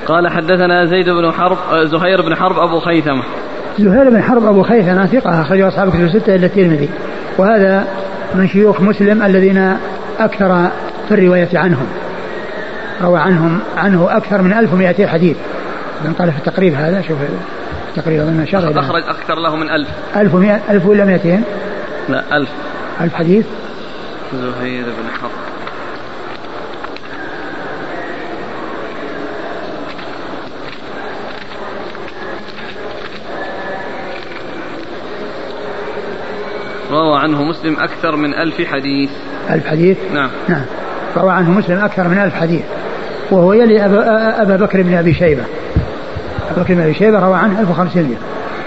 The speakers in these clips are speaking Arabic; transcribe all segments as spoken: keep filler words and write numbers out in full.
قال حدثنا زيد بن حرب زهير بن حرب أبو خيثمة. زهير بن حرب أبو خيثمة ثقة أخرجه أصحاب كتب الستة إلا الترمذي، وهذا من شيوخ مسلم الذين أكثر في الرواية عنهم، روى عنهم عنه أكثر من ألف ومئتين حديث. من قال في التقريب هذا شوف التقريب أظن شغل أخرج أكثر له من ألف ألف ومئة ألف ولا مئتين لا ألف ألف حديث. زهير بن حرب روى عنه مسلم أكثر من ألف حديث. ألف حديث نعم نعم روى عنه مسلم أكثر من ألف حديث، وهو يلي أبا, أبا بكر بن أبي شيبة. أبا بكر بن أبي شيبة روى عنه ألف وخمسمائة.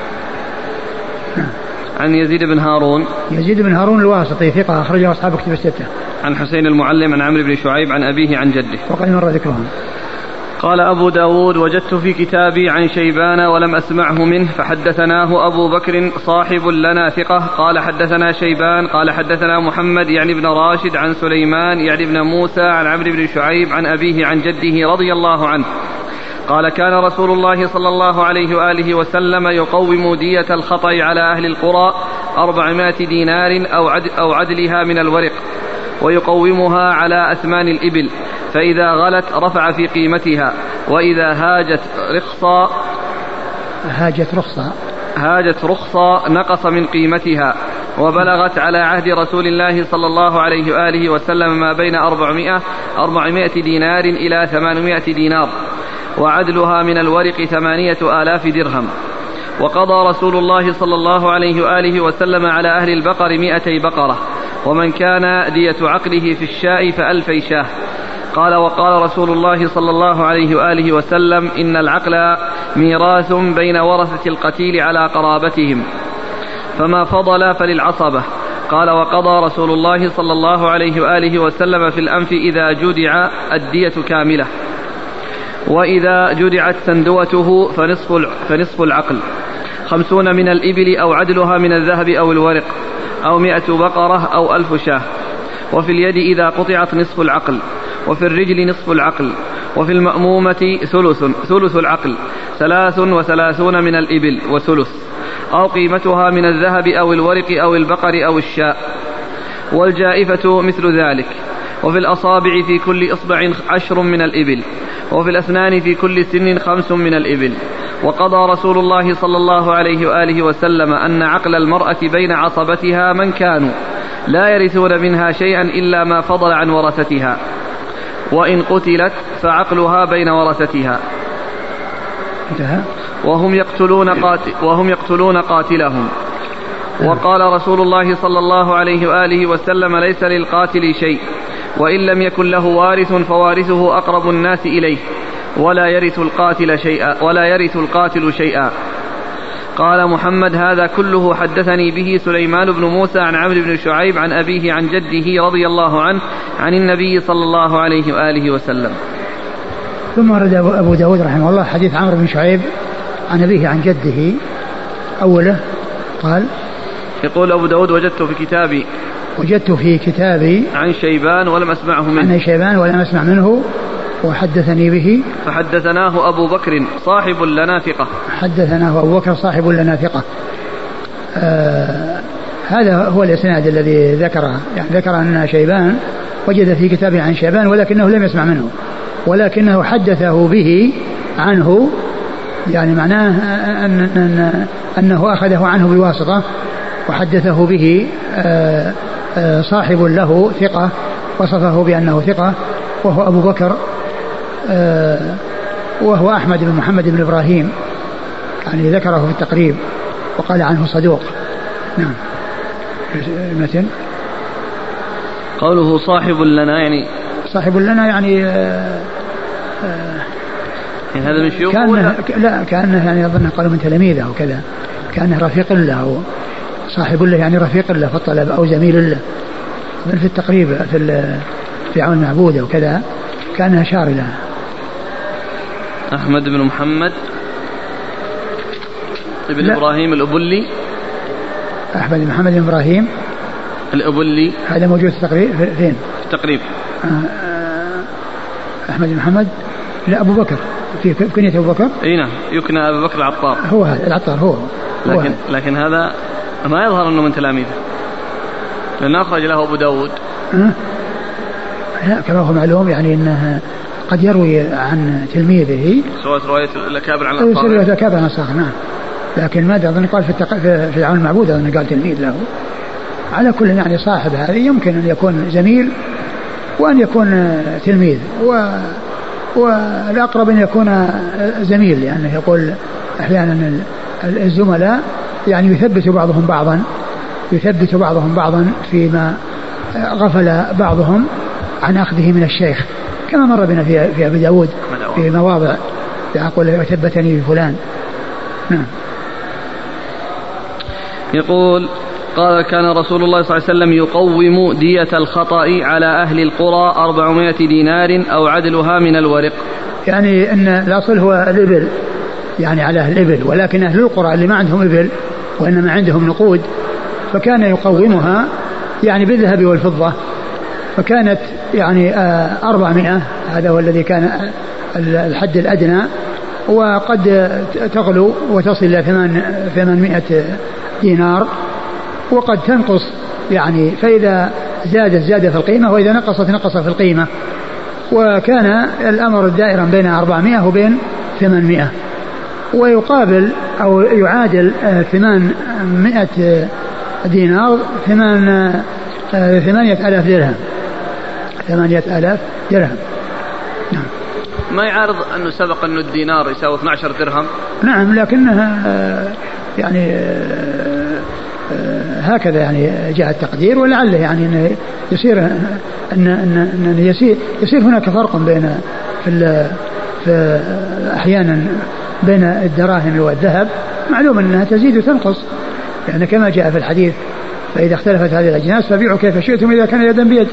نعم. عن يزيد بن هارون يزيد بن هارون الواسطي ثقة أخرجه أصحاب كتب الستة. عن حسين المعلم عن عمرو بن شعيب عن أبيه عن جده وقد مر ذكرهم. قال أبو داود وجدت في كتابي عن شيبان ولم أسمعه منه فحدثناه أبو بكر صاحب لنا ثقة قال حدثنا شيبان قال حدثنا محمد يعني بن راشد عن سليمان يعني بن موسى عن عمرو بن شعيب عن أبيه عن جده رضي الله عنه قال كان رسول الله صلى الله عليه وآله وسلم يقوم دية الخطأ على أهل القرى أربعمائة دينار أو, عد أو عدلها من الورق، ويقومها على أثمان الإبل، فإذا غلت رفع في قيمتها، وإذا هاجت رخصا هاجت رخصا هاجت رخصا نقص من قيمتها، وبلغت على عهد رسول الله صلى الله عليه وآله وسلم ما بين أربعمائة أربعمائة دينار إلى ثمانمائة دينار، وعدلها من الورق ثمانية آلاف درهم. وقضى رسول الله صلى الله عليه وآله وسلم على أهل البقر مائتي بقرة، ومن كان دية عقله في الشاء فألفي شاه. قال وقال رسول الله صلى الله عليه وآله وسلم إن العقل ميراث بين ورثة القتيل على قرابتهم، فما فضل فللعصبة. قال وقضى رسول الله صلى الله عليه وآله وسلم في الأنف إذا جدع الدية كاملة، وإذا جدعت سندوته فنصف, فنصف العقل، خمسون من الإبل أو عدلها من الذهب أو الورق، أو مئة بقرة أو ألف شاه. وفي اليد إذا قطعت نصف العقل، وفي الرجل نصف العقل، وفي المأمومة ثلث, ثلث العقل، ثلاث وثلاثون من الإبل وثلث، أو قيمتها من الذهب أو الورق أو البقر أو الشاء، والجائفة مثل ذلك. وفي الأصابع في كل إصبع عشر من الإبل، وفي الأسنان في كل سن خمس من الإبل. وقضى رسول الله صلى الله عليه وآله وسلم أن عقل المرأة بين عصبتها من كانوا لا يرثون منها شيئا إلا ما فضل عن ورثتها، وإن قتلت فعقلها بين ورثتها، وهم يقتلون, قاتل وهم يقتلون قاتلهم. وقال رسول الله صلى الله عليه وآله وسلم ليس للقاتل شيء، وإن لم يكن له وارث فوارثه أقرب الناس إليه، ولا يرث القاتل شيئا ولا يرث القاتل شيئا. قال محمد هذا كله حدثني به سليمان بن موسى عن عمرو بن شعيب عن أبيه عن جده رضي الله عنه عن النبي صلى الله عليه وآله وسلم. ثم ورد أبو داود رحمه الله حديث عمرو بن شعيب عن أبيه عن جده. أوله قال يقول أبو داود وجدت في كتابي وجدت في كتابي عن شيبان ولم أسمعه منه عن شيبان ولم أسمع منه وحدثني به فحدثناه أبو بكر صاحب لنا ثقة حدثناه أبو بكر صاحب لنا ثقة. آه هذا هو الإسناد الذي ذكره، يعني ذكر أن شيبان وجد في كتابه عن شيبان ولكنه لم يسمع منه، ولكنه حدثه به عنه، يعني معناه أن أن أنه أخذه عنه بواسطة وحدثه به آه آه صاحب له ثقة، وصفه بأنه ثقة، وهو أبو بكر آه وهو أحمد بن محمد بن إبراهيم، يعني ذكره في التقريب وقال عنه صدوق. نعم. المتن قوله صاحب لنا يعني صاحب لنا يعني آه آه يعني هذا من شيوخه كأنه لا كأنه يعني أظن قالوا من تلاميذه وكذا، كأنه رفيق له، صاحب له يعني رفيق له في الطلب أو زميل له في التقريب في في عون المعبودة وكذا، كأنها شار له. أحمد بن محمد ابن لا. إبراهيم الأبلي أحمد بن محمد بن إبراهيم الأبلي هذا موجود في التقريب فين؟ في التقريب. أحمد بن محمد لا أبو بكر في كنية أبو بكر. اي نعم يكنى أبو بكر العطار. هو هذا العطار هو, هو لكن هذا. لكن هذا ما يظهر أنه من تلاميذه لأن أخرج له أبو داود. أه؟ لا كما هو معلوم يعني أنه قد يروي عن تلميذه سواء رواية الأكابر عن الأصحاب أو الأكابر عن الصحابة نعم. لكن ماذا أظن قال في التق... في العون المعبود أظن قال تلميذ له. على كل يعني صاحب هذه يمكن أن يكون زميل وأن يكون تلميذ و... والأقرب أن يكون زميل لأنه يعني يقول أحيانا الزملاء يعني يثبت بعضهم بعضا يثبت بعضهم بعضا فيما غفل بعضهم عن أخذه من الشيخ كما مر بنا في في أبي داود في مواضع يقول يثبتني بفلان. نعم. يقول قال كان رسول الله صلى الله عليه وسلم يقوم دية الخطأ على أهل القرى أربعمائة دينار أو عدلها من الورق. يعني أن الأصل هو الإبل يعني على أهل الإبل ولكن أهل القرى اللي ما عندهم إبل وإنما عندهم نقود فكان يقومها يعني بالذهب والفضة فكانت يعني أربعمائة هذا هو الذي كان الحد الأدنى وقد تغلو وتصل إلى ثمانمائة دينار وقد تنقص يعني فإذا زادت زاد في القيمة وإذا نقصت نقص في القيمة وكان الأمر دائرا بين أربعمائة وبين ثمانمائة ويقابل أو يعادل ثمانمائة دينار ثمان ثمانية آلاف درهم ثمانية آلاف درهم. نعم. ما يعارض أنه سبق أنه الدينار يساوي اثني عشر درهم. نعم لكنها يعني هكذا يعني جاء التقدير ولعله يعني أنه يصير أن أن أن يصير يصير هناك فرق بين في, في أحيانا بين الدراهم والذهب معلوم أنها تزيد وتنقص يعني كما جاء في الحديث فإذا اختلفت هذه الأجناس فبيعوا كيف شئتم إذا كان يدا بيد.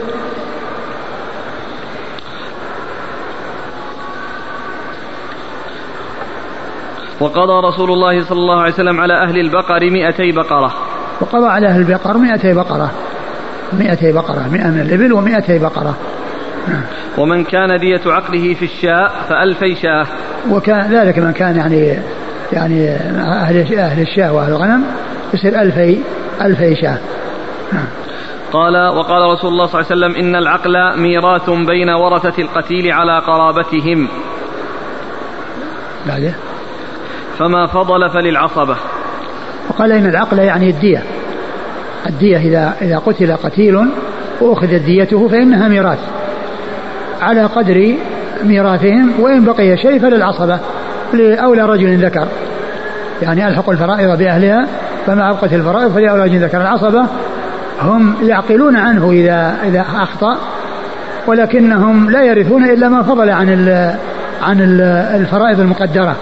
وقضى رسول الله صلى الله عليه وسلم على أهل البقر مئتي بقرة. وقضى على أهل البقر مئتي بقرة مئتي بقرة مئة من الإبل ومئتي بقرة. ومن كان دية عقله في الشاء فألفي شاة. وكان ذلك من كان يعني يعني أهل أهل الشاة وأهل الغنم يصير ألفي ألفي شاة. قال وقال رسول الله صلى الله عليه وسلم إن العقل ميراث بين ورثة القتيل على قرابتهم. بعده فما فضل فللعصبة. وقال إن العقل يعني الدية الدية إذا إذا قتل قتيل وأخذت ديته فإنها ميراث على قدر ميراثهم وإن بقي شيء فللعصبة لأولى رجل ذكر يعني ألحق الفرائض بأهلها فما أبقت الفرائض فلأولى رجل ذكر. العصبة هم يعقلون عنه إذا إذا أخطأ ولكنهم لا يرثون إلا ما فضل عن ال عن ال الفرائض المقدرة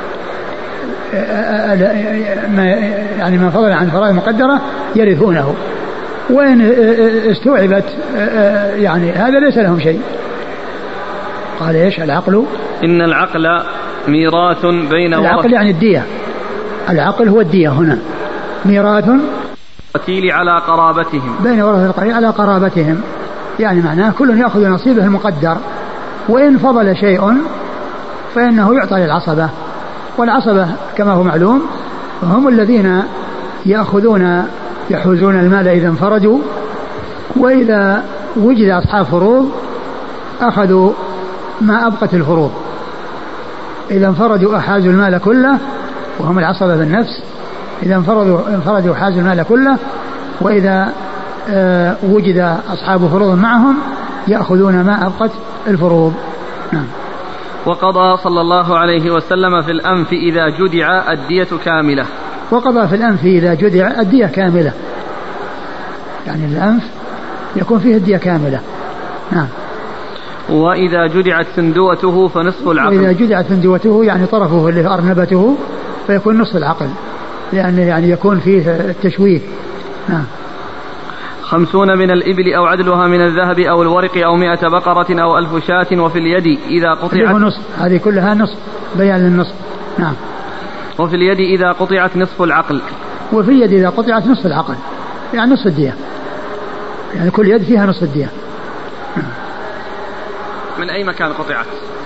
يعني ما فضل عن الفرائض المقدرة يرثونه وإن استوعبت يعني هذا ليس لهم شيء. قال إيش العقل إن العقل ميراث بين ورثة العقل يعني الدية العقل هو الدية هنا ميراث القتيل على قرابتهم بين ورثة القتيل على قرابتهم يعني معناه كل يأخذ نصيبه المقدر وإن فضل شيء فإنه يعطى للعصبة. والعصبة كما هو معلوم هم الذين يأخذون يحوزون المال إذا انفردوا وإذا وجد أصحاب فروض أخذوا ما أبقت الفروض. إذا انفردوا أحازوا المال كله وهم العصبة بالنفس إذا انفردوا انفردوا حازوا المال كله وإذا آه وجد أصحاب فروض معهم يأخذون ما أبقت الفروض. نعم. وقضى صلى الله عليه وسلم في الأنف إذا جدع الدية كاملة. وقضى في الأنف إذا جدع الدية كاملة يعني الأنف يكون فيه الدية كاملة. نعم. وإذا جدعت سندوته فنصف العقل. وإذا جدعت سندوته يعني طرفه اللي أرنبته فيكون نصف العقل لأنه يعني يكون فيه التشويه. نعم. خمسون من الإبل أو عدلها من الذهب أو الورق أو مئة بقرة أو ألف شاة وفي اليد إذا قطعت نصف هذه كلها نصف بيان للنصف. نعم. وفي اليد إذا قطعت نصف العقل. وفي اليد إذا قطعت نصف العقل يعني نصف الدية يعني كل يد فيها نصف الدية. من أي مكان قطعت؟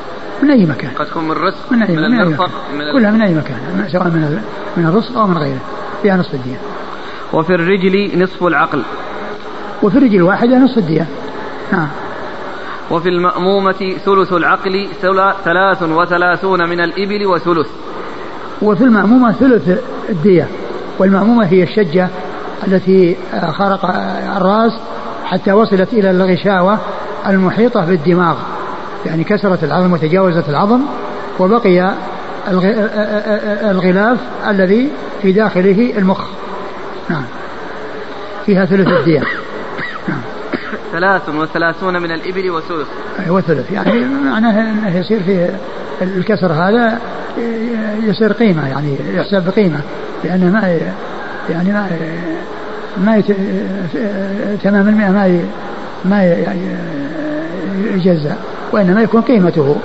من أي مكان. قد تكون من الرزق من أي من المرفق كلها من أي مكان سواء من من الرزق أو من غيره فيها نصف الدية. وفي الرجل نصف العقل. وفي الرجل الواحدة نصف الدية. نعم. وفي المأمومة ثلث العقل ثلاث وثلاثون من الإبل وثلث. وفي المأمومة ثلث الدية. والمأمومة هي الشجة التي خرق الرأس حتى وصلت إلى الغشاوة المحيطة بالدماغ، يعني كسرت العظم وتجاوزت العظم وبقي الغلاف الذي في داخله المخ. نعم. فيها ثلث الدية. نعم. ثلاث وثلاثون من الإبل وثلث. أيوة ثلث، يعني معناه أنه يصير فيه الكسر هذا يصير قيمة، يعني يحسب بقيمة، لأنه ما يعني ما ما يت... تمام المئة ما ي... ما ي... يجزأ، وإنما يكون قيمته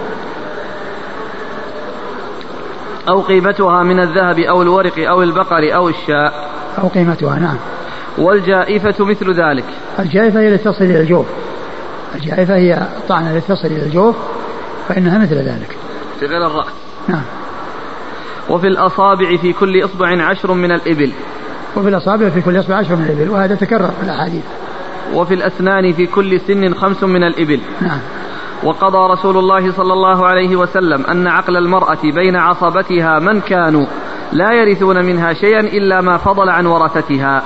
أو قيمتها من الذهب أو الورق أو البقر أو الشاء. أو قيمتها. نعم. والجائفة مثل ذلك. الجائفة هي التي تصل إلى الجوف. الجائفة هي طعنة التي تصل إلى الجوف فإنها مثل ذلك في غير الرأس. نعم. وفي الأصابع في كل إصبع عشر من الإبل. وفي الأصابع في كل إصبع عشر من الإبل، وهذا تكرر في الأحاديث. وفي الأسنان في كل سن خمس من الإبل. نعم. وقضى رسول الله صلى الله عليه وسلم أن عقل المرأة بين عصبتها من كانوا لا يرثون منها شيئا إلا ما فضل عن ورثتها.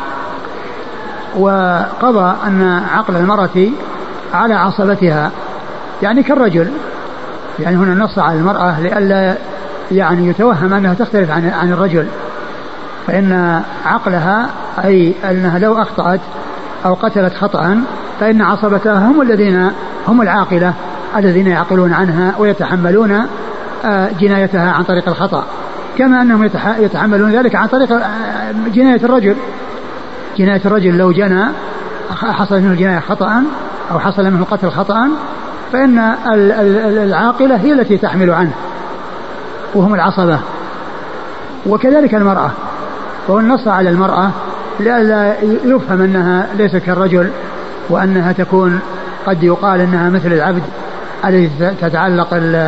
وقضى أن عقل المرأة على عصبتها يعني كالرجل، يعني هنا نص على المرأة لئلا يعني يتوهم أنها تختلف عن عن الرجل، فإن عقلها أي أنها لو أخطأت أو قتلت خطأ فإن عصبتها هم الذين هم العاقلة الذين يعقلون عنها ويتحملون جنايتها عن طريق الخطأ، كما أنهم يتحملون ذلك عن طريق جناية الرجل. جناية الرجل لو جنى حصل منه جناية خطأ أو حصل منه قتل خطأ فإن العاقلة هي التي تحمل عنه وهم العصبة. وكذلك المرأة، فهو النص على المرأة لئلا يفهم أنها ليست كالرجل، وأنها تكون قد يقال أنها مثل العبد الذي تتعلق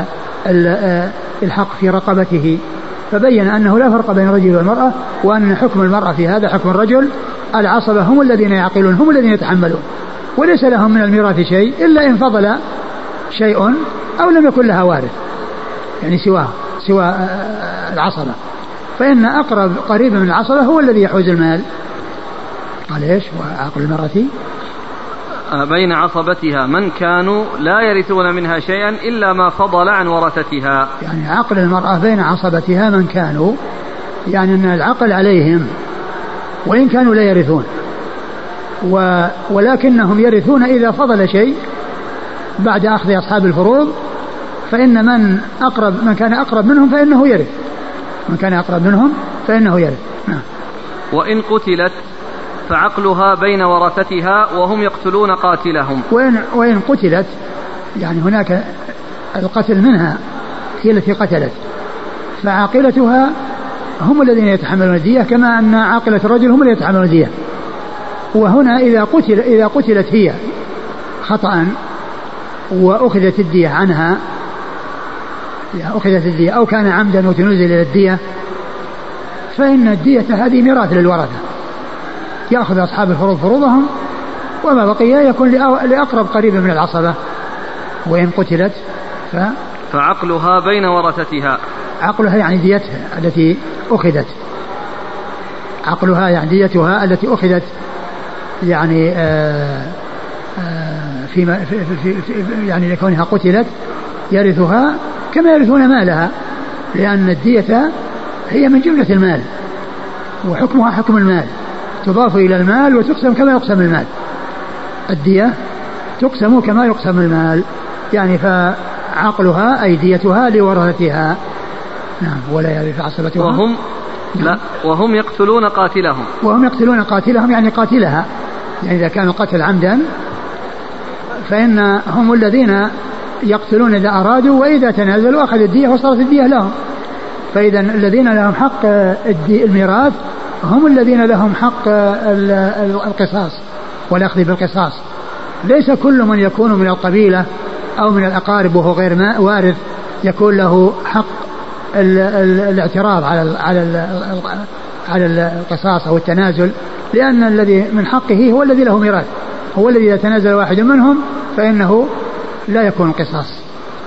الحق في رقبته، فبين أنه لا فرق بين الرجل والمرأة، وأن حكم المرأة في هذا حكم الرجل. العصبة هم الذين يعقلون هم الذين يتحملون، وليس لهم من الميراث شيء إلا إن فضل شيء أو لم يكن لها وارث، يعني سواه سوى العصبة، فإن أقرب قريب من العصبة هو الذي يحوز المال. قال إيش؟ وعقل المرأة بين عصبتها من كانوا لا يرثون منها شيئا إلا ما فضل عن ورثتها. يعني عقل المرأة بين عصبتها من كانوا، يعني أن العقل عليهم وإن كانوا لا يرثون، و ولكنهم يرثون إذا فضل شيء بعد أخذ أصحاب الفروض، فإن من أقرب من كان أقرب منهم فإنه يرث، من كان أقرب منهم فإنه يرث. نعم. وإن قتلت فعقلها بين ورثتها وهم يقتلون قاتلهم. وإن, وإن قتلت يعني هناك القتل منها هي التي قتلت، فعاقلتها هم الذين يتحملون الدية، كما أن عاقلة الرجل هم الذين يتحملون الدية. وهنا إذا قتل إذا قتلت هي خطأ وأخذت الدية عنها، أخذت الدية أو كان عمدا وتنزل إلى الدية، فإن الدية هذه ميراث للورثة، يأخذ أصحاب الفروض فروضهم وما بقي يكون لأقرب قريب من العصبة. وإن قتلت ف... فعقلها بين ورثتها. عقلها يعني ديتها التي أخذت، عقلها يعني ديتها التي أخذت، يعني آآ آآ فيما في في في يعني لكونها قتلت يرثها كما يرثون مالها، لأن الدية هي من جملة المال وحكمها حكم المال، تضاف إلى المال وتقسم كما يقسم المال. الدية تقسم كما يقسم المال، يعني فعقلها أي ديتها لورثتها. نعم. ولا يرث عصبتها وهم نعم. لا وهم يقتلون قاتلهم. وهم يقتلون قاتلهم يعني قاتلها، يعني إذا كانوا قتل عمدا فإن هم الذين يقتلون إذا أرادوا، وإذا تنازلوا أخذ الدية وصارت الدية لهم. فإذا الذين لهم حق الميراث هم الذين لهم حق القصاص والأخذ بالقصاص. ليس كل من يكون من القبيلة أو من الأقارب وهو غير وارث يكون له حق ال ال الاعتراض على ال على ال على القصاص أو التنازل، لأن الذي من حقه هو الذي له ميراث، هو الذي إذا تنازل واحد منهم فإنه لا يكون قصاص.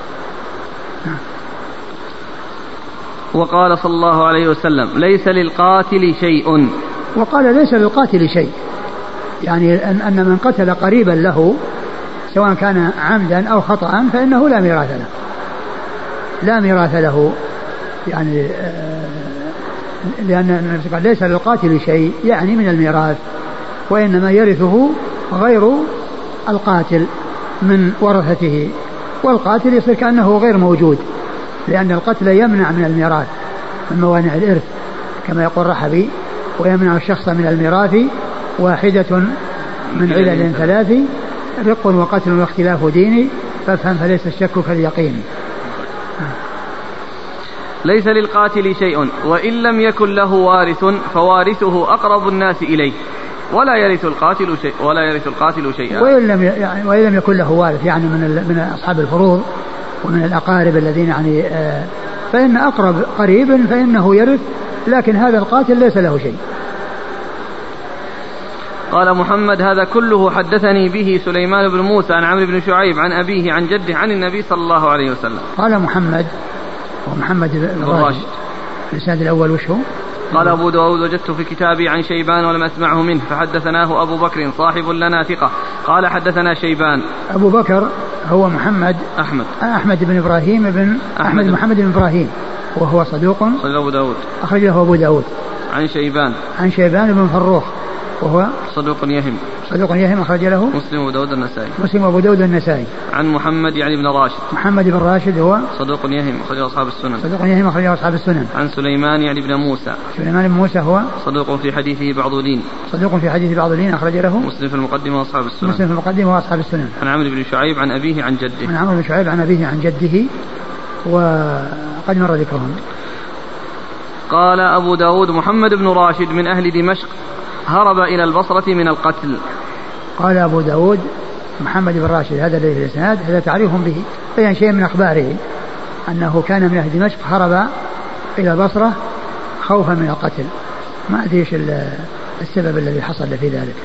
وقال صلى الله عليه وسلم ليس للقاتل شيء. وقال ليس للقاتل شيء، يعني أن من قتل قريبا له سواء كان عمدا أو خطأ فإنه لا ميراث له، لا ميراث له، يعني لأن النبي قال ليس للقاتل شيء يعني من الميراث، وإنما يرثه غير القاتل من ورثته، والقاتل يصير كأنه غير موجود، لأن القتل يمنع من الميراث من موانع الإرث كما يقول رحبي، ويمنع الشخص من الميراث واحدة من علل ثلاث: رق وقتل واختلاف ديني، فافهم فليس الشك كاليقين. ليس للقاتل شيء وإن لم يكن له وارث فوارثه أقرب الناس إليه ولا يرث القاتل شيء ولا يرث القاتل شيئا. وإن لم يعني وإن لم يكن له وارث يعني من من أصحاب الفروض ومن الأقارب الذين يعني آه فإن أقرب قريب فإنه يرث، لكن هذا القاتل ليس له شيء. قال محمد هذا كله حدثني به سليمان بن موسى عن عمرو بن شعيب عن أبيه عن جده عن النبي صلى الله عليه وسلم. قال محمد ومحمد بن راشد الإسناد الأول وش هو؟ قال أبو داود وجدت في كتابي عن شيبان ولم أسمعه منه فحدثناه أبو بكر صاحب لنا ثقة قال حدثنا شيبان. أبو بكر هو محمد أحمد أحمد بن إبراهيم بن أحمد, أحمد محمد بن إبراهيم وهو صدوق أخرج له أبو داود أخرج له أبو داود. عن شيبان عن شيبان بن فروخ وهو صدوق يهم صدوق يهم أخرج له مسلم وأبو داود النسائي مسلم وأبو داود النسائي. عن محمد يعني بن راشد محمد بن راشد هو صدوق يهم أخرج أصحاب السنن صدوق يهم أخرج أصحاب السنن. عن سليمان يعني بن موسى سليمان بن موسى هو صدوق في حديثه بعض لين صدوق في حديث بعض لين أخرج له مسلم في المقدمة وأصحاب السنن مسلم في المقدمة وأصحاب السنن. عن عمرو بن شعيب عن أبيه عن جده عن عمرو بن شعيب عن أبيه عن جده وقد مر ذكرهم. قال أبو داود محمد بن راشد من أهل دمشق هرب إلى البصرة من القتل. قال أبو داود محمد بن راشد هذا الذي في الإسناد هذا تعريف به، بيان شيء من أخباره أنه كان من أهل دمشق هرب إلى البصرة خوفا من القتل، ما أدري إيش السبب الذي حصل في ذلك.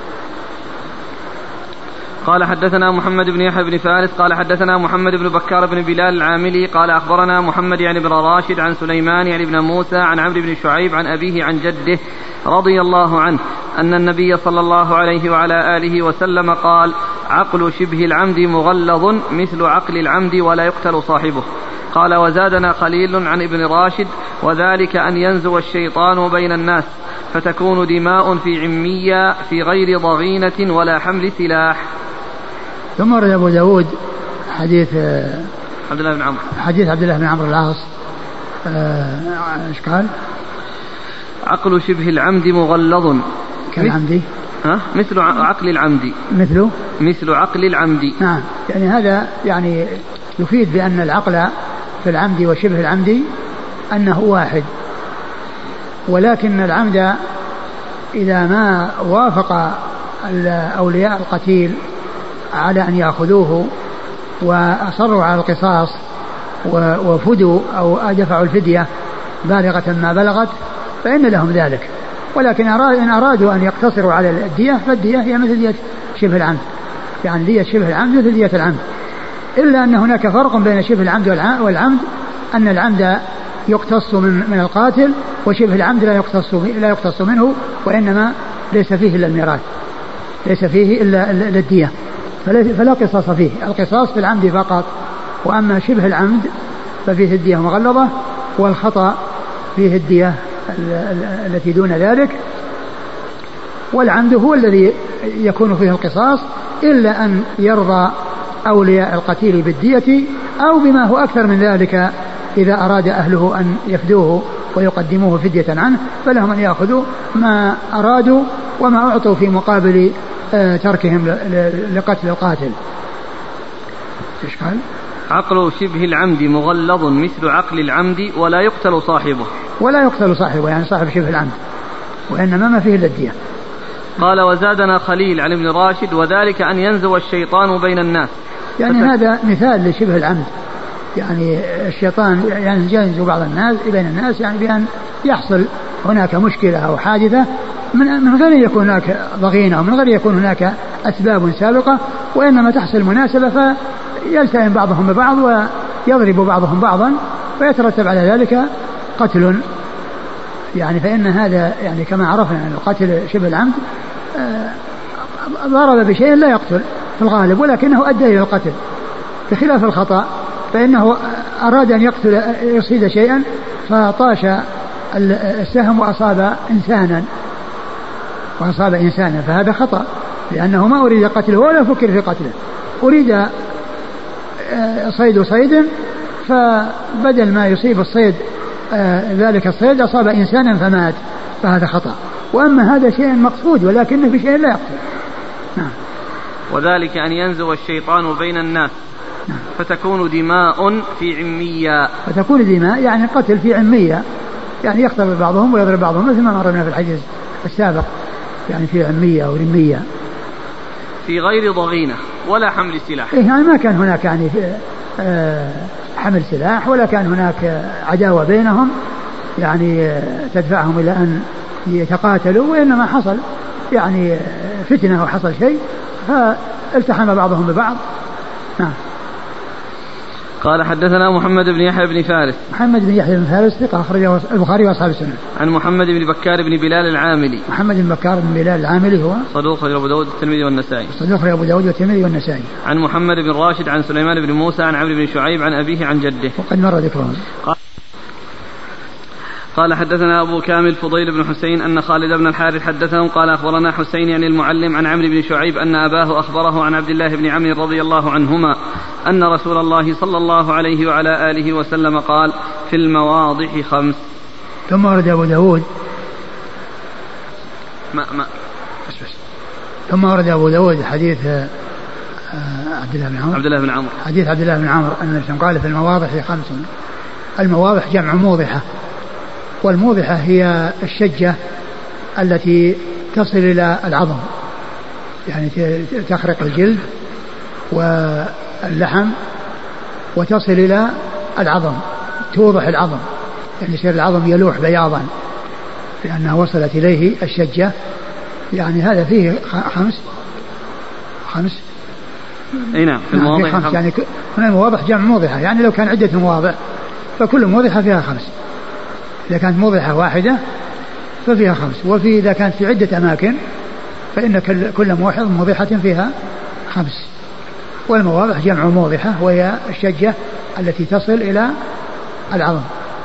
قال حدثنا محمد بن يحيى بن فارس قال حدثنا محمد بن بكار بن بلال العاملي قال أخبرنا محمد يعني بن راشد عن سليمان يعني بن موسى عن عمرو بن شعيب عن أبيه عن جده رضي الله عنه أن النبي صلى الله عليه وعلى آله وسلم قال عقل شبه العمد مغلظ مثل عقل العمد ولا يقتل صاحبه. قال وزادنا خليل عن ابن راشد وذلك أن ينزو الشيطان بين الناس فتكون دماء في عمية في غير ضغينة ولا حمل سلاح. ثم ورد أبو داود حديث عبد الله بن عمرو حديث عبد الله بن عمرو العاص ايش قال؟ عقل شبه العمد مغلظ كالعمد ها مثل عقل العمد مثل مثل عقل العمد. نعم يعني هذا يعني يفيد بأن العقل في العمد وشبه العمد أنه واحد، ولكن العمد إذا ما وافق أولياء القتيل على أن يأخذوه وأصروا على القصاص وفدوا أو دفعوا الفدية بالغة ما بلغت فإن لهم ذلك، ولكن إن أرادوا أن يقتصروا على الدية فالدية هي مثل دية شبه العمد، يعني دية شبه العمد مثل دية العمد، إلا أن هناك فرق بين شبه العمد والعمد، أن العمد يقتص من من القاتل وشبه العمد لا يقتص لا يقتص منه، وإنما ليس فيه إلا الميراث، ليس فيه إلا الدية، فلا قصاص فيه، القصاص في العمد فقط، وأما شبه العمد ففيه الدية مغلظة والخطأ فيه الدية التي دون ذلك، والعمد هو الذي يكون فيه القصاص إلا أن يرضى أولياء القتيل بالدية أو بما هو أكثر من ذلك إذا أراد أهله أن يفدوه ويقدموه فدية عنه فلهم أن يأخذوا ما أرادوا وما أعطوا في مقابل تركهم لقتل القاتل. إيش قال؟ عقل شبه العمد مغلظ مثل عقل العمد ولا يقتل صاحبه ولا يقتل صاحبه يعني صاحب شبه العمد، وإنما ما فيه إلا الدية. قال وزادنا خليل عن ابن راشد وذلك أن ينزو الشيطان بين الناس، يعني فت... هذا مثال لشبه العمد، يعني الشيطان يعني ينزو بعض الناس بين الناس يعني بأن يحصل هناك مشكلة أو حادثة من من غير يكون هناك ضغينة ومن غير يكون هناك أسباب سابقة، وإنما تحصل مناسبة فيلتئم بعضهم ببعض ويضرب بعضهم بعضا فيترتب على ذلك قتل. يعني فإن هذا يعني كما عرفنا أن القتل شبه العمد ضرب بشيء لا يقتل في الغالب ولكنه أدى إلى القتل، بخلاف الخطأ فإنه أراد أن يقتل يصيد شيئا فطاش السهم وأصاب إنسانا وأصاب إنسانا فهذا خطأ، لأنه ما أريد قتله ولا فكر في قتله، أريد صيد صيد فبدل ما يصيب الصيد ذلك الصيد أصاب إنسانا فمات، فهذا خطأ. وأما هذا شيء مقصود ولكنه في شيء لا يقتل. نعم. وذلك أن ينزو الشيطان بين الناس نعم. فتكون دماء في عمية، فتكون دماء يعني قتل في عمية، يعني يقتل بعضهم ويضرب بعضهم مثل ما مرنا في الحديث السابق، يعني في عمية أو رمية في غير ضغينة ولا حمل سلاح. إيه يعني ما كان هناك يعني آه حمل سلاح ولا كان هناك عداوة بينهم يعني آه تدفعهم إلى أن يتقاتلوا، وإنما حصل يعني فتنة وحصل شيء فالتحم بعضهم ببعض. نعم. قال حدثنا محمد بن يحيى بن فارس. محمد بن يحيى بن فارس ثقة أخرجه البخاري وأصحاب السنة. عن محمد بن بكار بن بلال العاملي. محمد بن بكار بن بلال العاملي هو صدوق أبو داود والترمذي والنسائي. صدوق أبو داود والترمذي والنسائي. عن محمد بن راشد عن سليمان بن موسى عن عمرو بن شعيب عن أبيه عن جده. وقد مر ذكرهم. قال حدثنا أبو كامل فضيل بن حسين أن خالد بن الحارث حدثهم قال أخبرنا حسين يعني المعلم عن عمرو بن شعيب أن أباه أخبره عن عبد الله بن عمرو رضي الله عنهما أن رسول الله صلى الله عليه وعلى آله وسلم قال في المواضح خمس. ثم ورد أبو داود ما ما بس بس ثم ورد أبو داود حديث عبد الله بن عمرو عبد الله بن عمرو حديث عبد الله بن عمرو أن قال في المواضح خمس. المواضح جمع موضحة، والموضحة هي الشجة التي تصل إلى العظم، يعني تخرق الجلد واللحم وتصل إلى العظم، توضح العظم، يعني يصير العظم يلوح بياضا لأنها وصلت إليه الشجة. يعني هذا فيه خمس خمس أي نعم في المواضح خمس. يعني هنا المواضح جمع موضحة، يعني لو كان عدة مواضع فكل موضحة فيها خمس، إذا كانت موضحة واحدة ففيها خمس، وفي إذا كانت في عدة أماكن فإن كل موضحة فيها خمس. والمواضح جمع موضحة وهي الشجة التي تصل إلى العظم.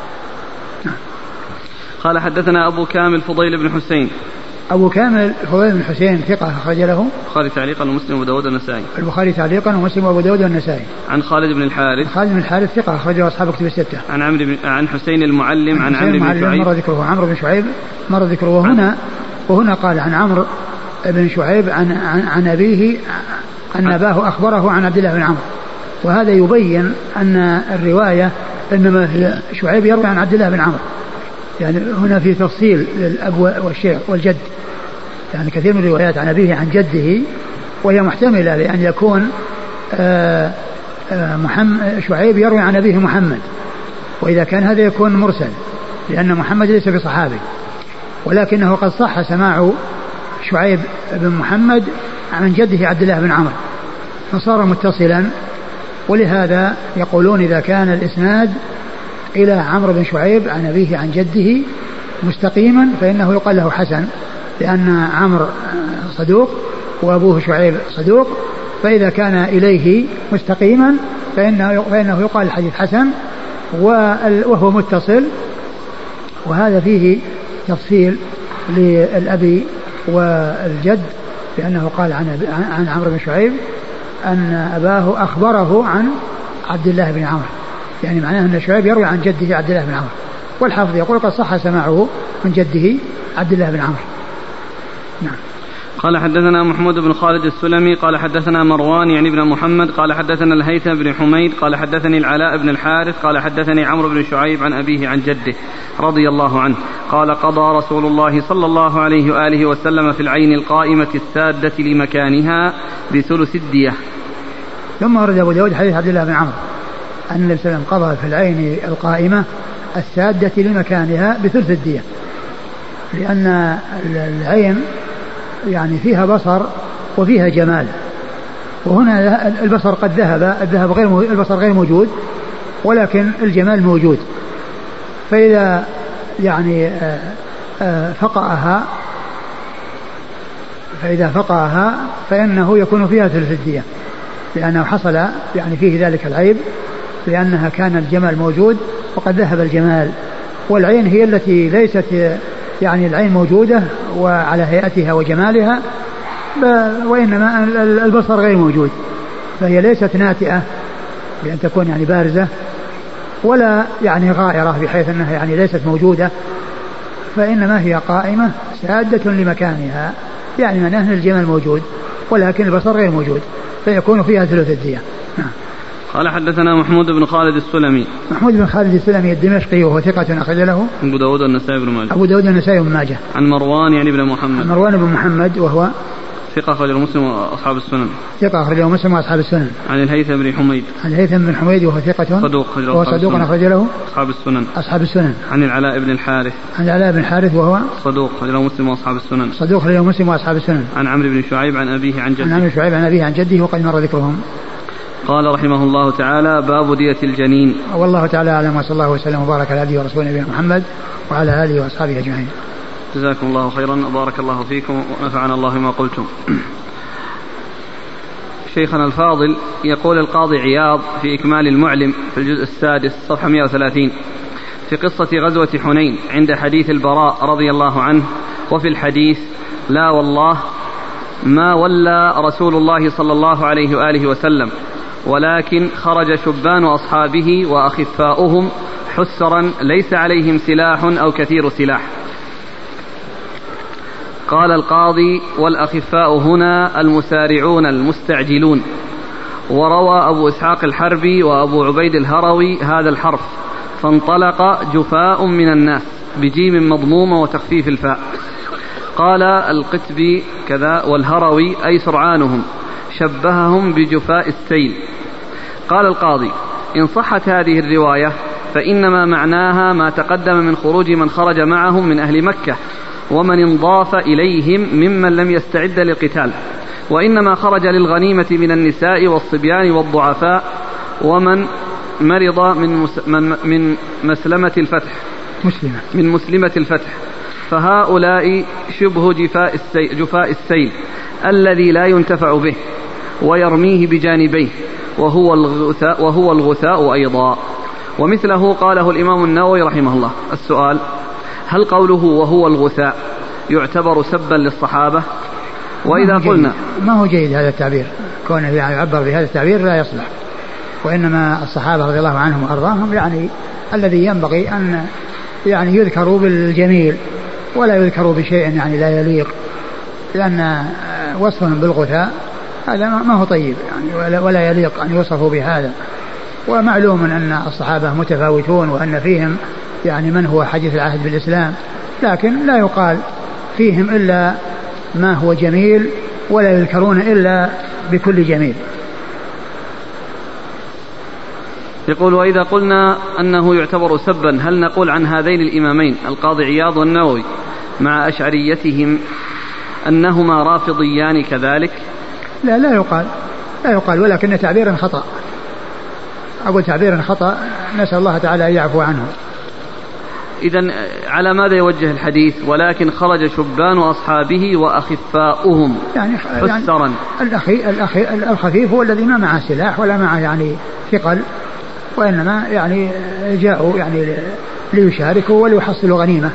قال حدثنا أبو كامل فضيل بن حسين. أبو كامل فضيل بن حسين ثقة أخرج له البخاري تعليقا ومسلم وأبو داود والنسائي. البخاري تعليقا ومسلم وأبو داود والنسائي. عن خالد بن الحارث. خالد بن الحارث ثقة أخرجه أصحاب كتب الستة. عن عمرو بن عن حسين المعلم عن عمرو بن شعيب مر ذكره. عمرو بن شعيب مر ذكره. وهنا وهنا قال عن عمرو بن شعيب عن عن, عن أبيه أن أباه أخبره عن عبد الله بن عمرو، وهذا يبين أن الرواية إنما هي شعيب يروي عن عبد الله بن عمرو، يعني هنا في تفصيل للأب والشيخ والجد، يعني كثير من الروايات عن أبيه عن جده وهي محتملة لأن يكون آآ آآ محمد شعيب يروي عن أبيه محمد، وإذا كان هذا يكون مرسل لأن محمد ليس بصحابي، ولكنه قد صح سماع شعيب بن محمد عن جده عبد الله بن عمرو فصار متصلا. ولهذا يقولون إذا كان الإسناد إلى عمرو بن شعيب عن أبيه عن جده مستقيما فإنه يقال له حسن، لأن عمرو صدوق وأبوه شعيب صدوق، فإذا كان إليه مستقيما فإنه, فإنه يقال الحديث حسن وهو متصل. وهذا فيه تفصيل للأبي والجد، لأنه قال عن, عن عمرو بن شعيب أن أباه أخبره عن عبد الله بن عمرو، يعني معناه أن شعيب يروي عن جده عبد الله بن عمرو، والحافظ يقول قد صح سماعه من جده عبد الله بن عمرو. نعم. قال حدثنا محمود بن خالد السلمي قال حدثنا مروان يعني بن محمد قال حدثنا الهيثم بن حميد قال حدثني العلاء بن الحارث قال حدثني عمرو بن شعيب عن أبيه عن جده رضي الله عنه قال قضى رسول الله صلى الله عليه وآله وسلم في العين القائمة السادة لمكانها بثلث الدية. ثم ورد أبو داود حديث عبد الله بن عمرو أن النبي صلى الله عليه وسلم قضى في العين القائمة السادة لمكانها بثلث الدية، لأن العين يعني فيها بصر وفيها جمال، وهنا البصر قد ذهب الذهب غير البصر غير موجود ولكن الجمال موجود، فإذا يعني فقأها فإذا فقأها فإنه يكون فيها ثلث الدية، لأنه حصل يعني فيه ذلك العيب، لأنها كان الجمال موجود وقد ذهب الجمال. والعين هي التي ليست يعني العين موجودة وعلى هيئتها وجمالها، وإنما البصر غير موجود، فهي ليست ناتئة بأن تكون يعني بارزة ولا يعني غائرة بحيث أنها يعني ليست موجودة، فإنما هي قائمة سادة لمكانها، يعني معناه الجمال موجود ولكن البصر غير موجود، فيكون فيها ثلث الدية. قال حدثنا محمود بن خالد السلمي. محمود بن خالد السلمي الدمشقي وهو ثقة أخرج له أبو داود والنسائي بن ماجه. أبو داود والنسائي بن ماجه. عن مروان يعني بن محمد. عن مروان بن محمد وهو ثقة أخرجه مسلم وأصحاب السنن. ثقة أخرجه مسلم وأصحاب السنن. عن الهيثم بن حميد. عن الهيثم بن حميد وهو ثقة صدوق وهو صدوق أخرج له أصحاب السنن. أصحاب السنن. عن العلاء بن الحارث. عن العلاء بن الحارث وهو صدوق أخرجه مسلم وأصحاب السنن. صدوق أخرجه مسلم وأصحاب السنن. عن عمرو بن شعيب عن أبيه عن جده. عن عمرو بن شعيب عن أبيه عن جده وقد مر ذكرهم. قال رحمه الله تعالى: باب دية الجنين. والله تعالى أعلم، وصلى الله وسلم وبارك على هديه ورسوله نبينا محمد وعلى آله وأصحابه أجمعين. جزاكم الله خيرا وبارك الله فيكم ونفعنا الله ما قلتم. شيخنا الفاضل يقول القاضي عياض في إكمال المعلم في الجزء السادس صفحة مئة وثلاثين في قصة غزوة حنين عند حديث البراء رضي الله عنه: وفي الحديث: لا والله ما ولى رسول الله صلى الله عليه وآله وسلم، ولكن خرج شبان أصحابه وأخفاؤهم حسرا ليس عليهم سلاح أو كثير سلاح. قال القاضي: والأخفاء هنا المسارعون المستعجلون. وروى أبو إسحاق الحربي وأبو عبيد الهروي هذا الحرف، فانطلق جفاء من الناس بجيم مضمومة وتخفيف الفاء. قال القتبي كذا: والهروي أي سرعانهم، شبههم بجفاء السيل. قال القاضي: إن صحت هذه الرواية فإنما معناها ما تقدم من خروج من خرج معهم من أهل مكة ومن انضاف إليهم ممن لم يستعد للقتال، وإنما خرج للغنيمة من النساء والصبيان والضعفاء ومن مرض من, من, من مسلمة الفتح مسلمة من مسلمة الفتح، فهؤلاء شبه جفاء السيل, جفاء السيل الذي لا ينتفع به ويرميه بجانبيه، وهو الغثاء, وهو الغثاء أيضا. ومثله قاله الإمام النووي رحمه الله. السؤال: هل قوله وهو الغثاء يعتبر سبا للصحابة؟ وإذا ما قلنا ما هو جيد هذا التعبير، كونه يعني يعبر بهذا التعبير لا يصلح، وإنما الصحابة رضي الله عنهم وأرضاهم يعني الذي ينبغي أن يعني يذكروا بالجميل ولا يذكروا بشيء يعني لا يليق، لأن وصفهم بالغثاء هذا ما هو طيب يعني ولا يليق أن يوصفوا بهذا. ومعلوم أن الصحابة متفاوتون وأن فيهم يعني من هو حديث العهد بالإسلام، لكن لا يقال فيهم إلا ما هو جميل ولا يذكرون إلا بكل جميل. يقول: وإذا قلنا أنه يعتبر سبا هل نقول عن هذين الإمامين القاضي عياض والنووي مع أشعريتهم أنهما رافضيان كذلك؟ لا لا يقال لا يقال ولكن تعبيرا خطأ، أقول تعبيرا خطأ، نسأل الله تعالى أن يعفو عنه. إذن على ماذا يوجه الحديث؟ ولكن خرج شبان أصحابه وأخفاؤهم يعني حسرا. يعني الأخي الأخي الخفيف هو الذي ما معه سلاح ولا معه يعني ثقل، وإنما يعني جاءوا يعني ليشاركوا وليحصلوا غنيمة.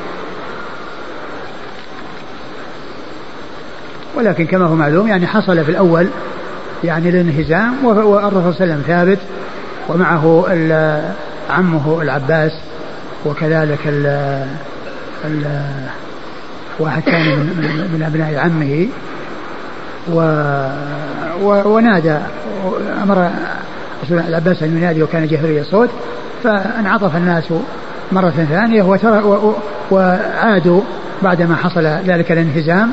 ولكن كما هو معلوم يعني حصل في الأول يعني الانهزام، والرسول صلى الله عليه وسلم ثابت ومعه عمه العباس، وكذلك ال ال واحد ثاني من, من, من أبناء عمه، و و ونادى أمر العباس أن ينادي وكان جهري الصوت، فانعطف الناس مرة ثانية وعادوا بعدما حصل ذلك الانهزام،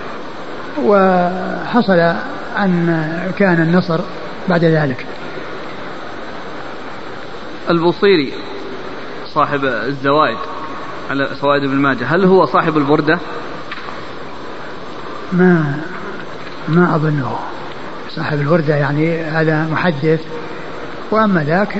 وحصل أن كان النصر بعد ذلك. البوصيري صاحب الزوائد على زوائد ابن ماجه هل هو صاحب البردة؟ ما ما أظنه صاحب البردة، يعني هذا محدث، وأما ذاك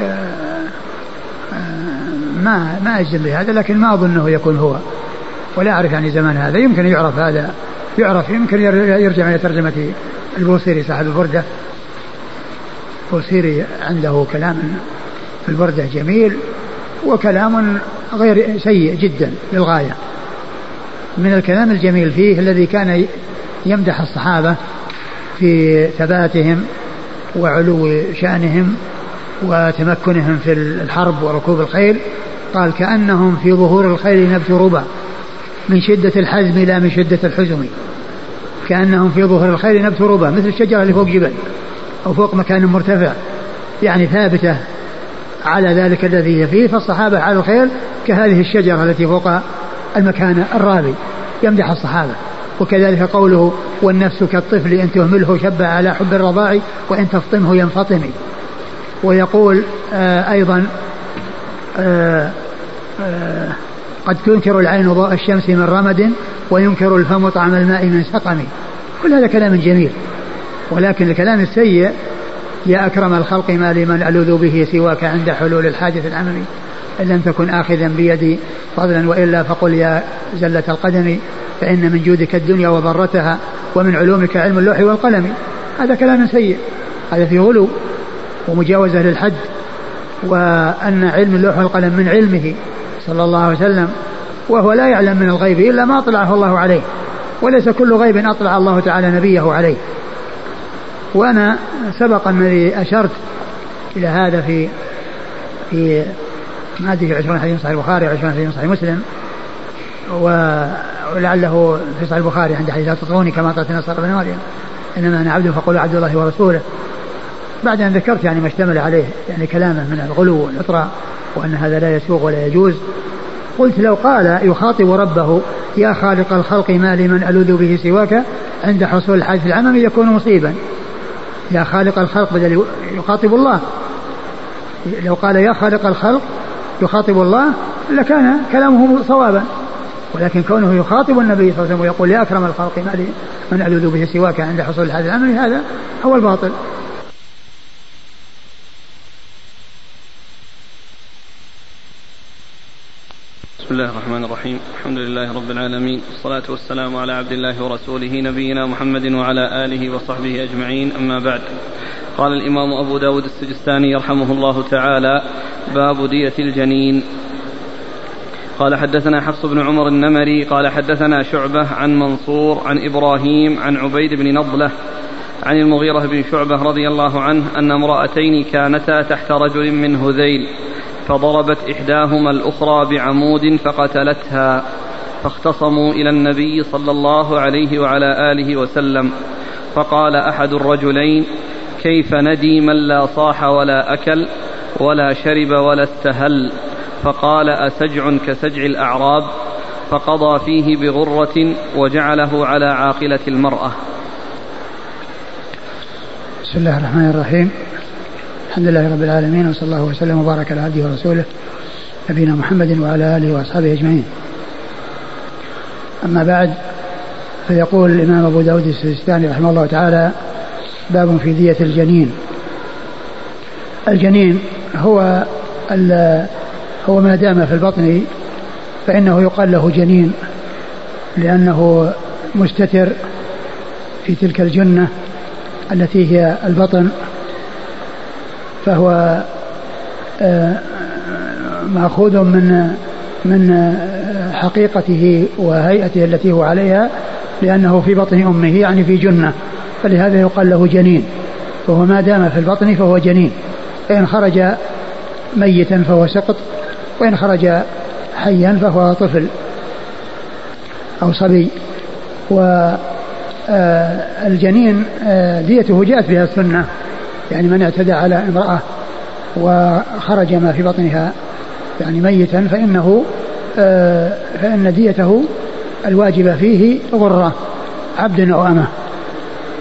ما ما أجزم بهذا، لكن ما أظنه يكون هو، ولا أعرف يعني زمان هذا. يمكن يعرف هذا، يعرف يمكن يرجع إلى ترجمة البوصيري صاحب البردة. البوصيري عنده كلام في البردة جميل، وكلام غير سيء جدا للغاية. من الكلام الجميل فيه الذي كان يمدح الصحابة في ثباتهم وعلو شأنهم وتمكنهم في الحرب وركوب الخيل. قال كأنهم في ظهور الخيل نبت ربا من شدة الحزم لا من شدة الحزم. كأنهم في ظهور الخيل نبت ربا، مثل الشجرة اللي فوق جبل أو فوق مكان مرتفع، يعني ثابتة على ذلك الذي فيه. فالصحابة على الخيل كهذه الشجرة التي فوق المكان الرابي، يمدح الصحابة. وكذلك قوله والنفس كالطفل إن تهمله شب على حب الرضاع وإن تفطمه ينفطم. ويقول آه أيضا آه آه قد تنكر العين ضوء الشمس من رمد وينكر الفم طعم الماء من سقم. كل هذا كلام جميل، ولكن الكلام السيء يا أكرم الخلق ما لمن ألوذ به سواك عند حلول الحادث العممي إن لم تكن آخذا بيدي فضلا وإلا فقل يا زلة القدم فإن من جودك الدنيا وضرتها ومن علومك علم اللوح والقلم. هذا كلام سيء، هذا فيه غلو ومجاوزة للحد، وأن علم اللوح والقلم من علمه صلى الله عليه وسلم، وهو لا يعلم من الغيب إلا ما أطلعه الله عليه، وليس كل غيب أطلع الله تعالى نبيه عليه. وأنا سبق أنني أشرت إلى هذا في في ما أدري عشرين حديث صحيح البخاري وعشرين حديث صحيح مسلم، ولعله في صحيح البخاري عند حديث لا تطروني كما أطرت نصر بن مريم إنما أنا عبد فقولوا عبد الله ورسوله. بعد أن ذكرت يعني ما اشتمل عليه يعني كلامه من الغلو والإطراء وأن هذا لا يسوغ ولا يجوز، قلت لو قال يخاطب ربه يا خالق الخلق ما لمن ألوذ به سواك عند حصول الحادث العممي يكون مصيبا. يا خالق الخلق بدل يخاطب الله، لو قال يا خالق الخلق يخاطب الله لكان كلامه صوابا، ولكن كونه يخاطب النبي صلى الله عليه وسلم ويقول يا أكرم الخلق ما لمن ألوذ به سواك عند حصول الحادث العممي هذا هو الباطل. بسم الله الرحمن الرحيم. الحمد لله رب العالمين، والصلاة والسلام على عبد الله ورسوله نبينا محمد وعلى آله وصحبه أجمعين، أما بعد. قال الإمام أبو داود السجستاني رحمه الله تعالى: باب دية الجنين. قال حدثنا حفص بن عمر النمري قال حدثنا شعبة عن منصور عن إبراهيم عن عبيد بن نضلة عن المغيرة بن شعبة رضي الله عنه أن امرأتين كانتا تحت رجل من هذيل فضربت إحداهما الأخرى بعمود فقتلتها، فاختصموا إلى النبي صلى الله عليه وعلى آله وسلم، فقال أحد الرجلين: كيف ندي من لا صاح ولا أكل ولا شرب ولا استهل؟ فقال: أسجع كسجع الأعراب؟ فقضى فيه بغرة وجعله على عاقلة المرأة. بسم الله الرحمن الرحيم. الحمد لله رب العالمين، وصلى الله وسلم وبارك على عبده ورسوله نبينا محمد وعلى آله وأصحابه أجمعين. أما بعد، فيقول الإمام أبو داود السجستاني رحمه الله تعالى: باب في دية الجنين. الجنين هو هو ما دام في البطن فإنه يقال له جنين، لأنه مستتر في تلك الجنة التي هي البطن، فهو مأخوذ من من حقيقته وهيئته التي هو عليها، لأنه في بطن أمه يعني في جنة، فلهذا يقال له جنين. فهو ما دام في البطن فهو جنين، فإن خرج ميتا فهو سقط، وإن خرج حيا فهو طفل أو صبي. والجنين ديته جاءت بها السنة، يعني من اعتدى على امرأة وخرج ما في بطنها يعني ميتا فإنه فإن ديته الواجبة فيه غرة عبد أو أمة،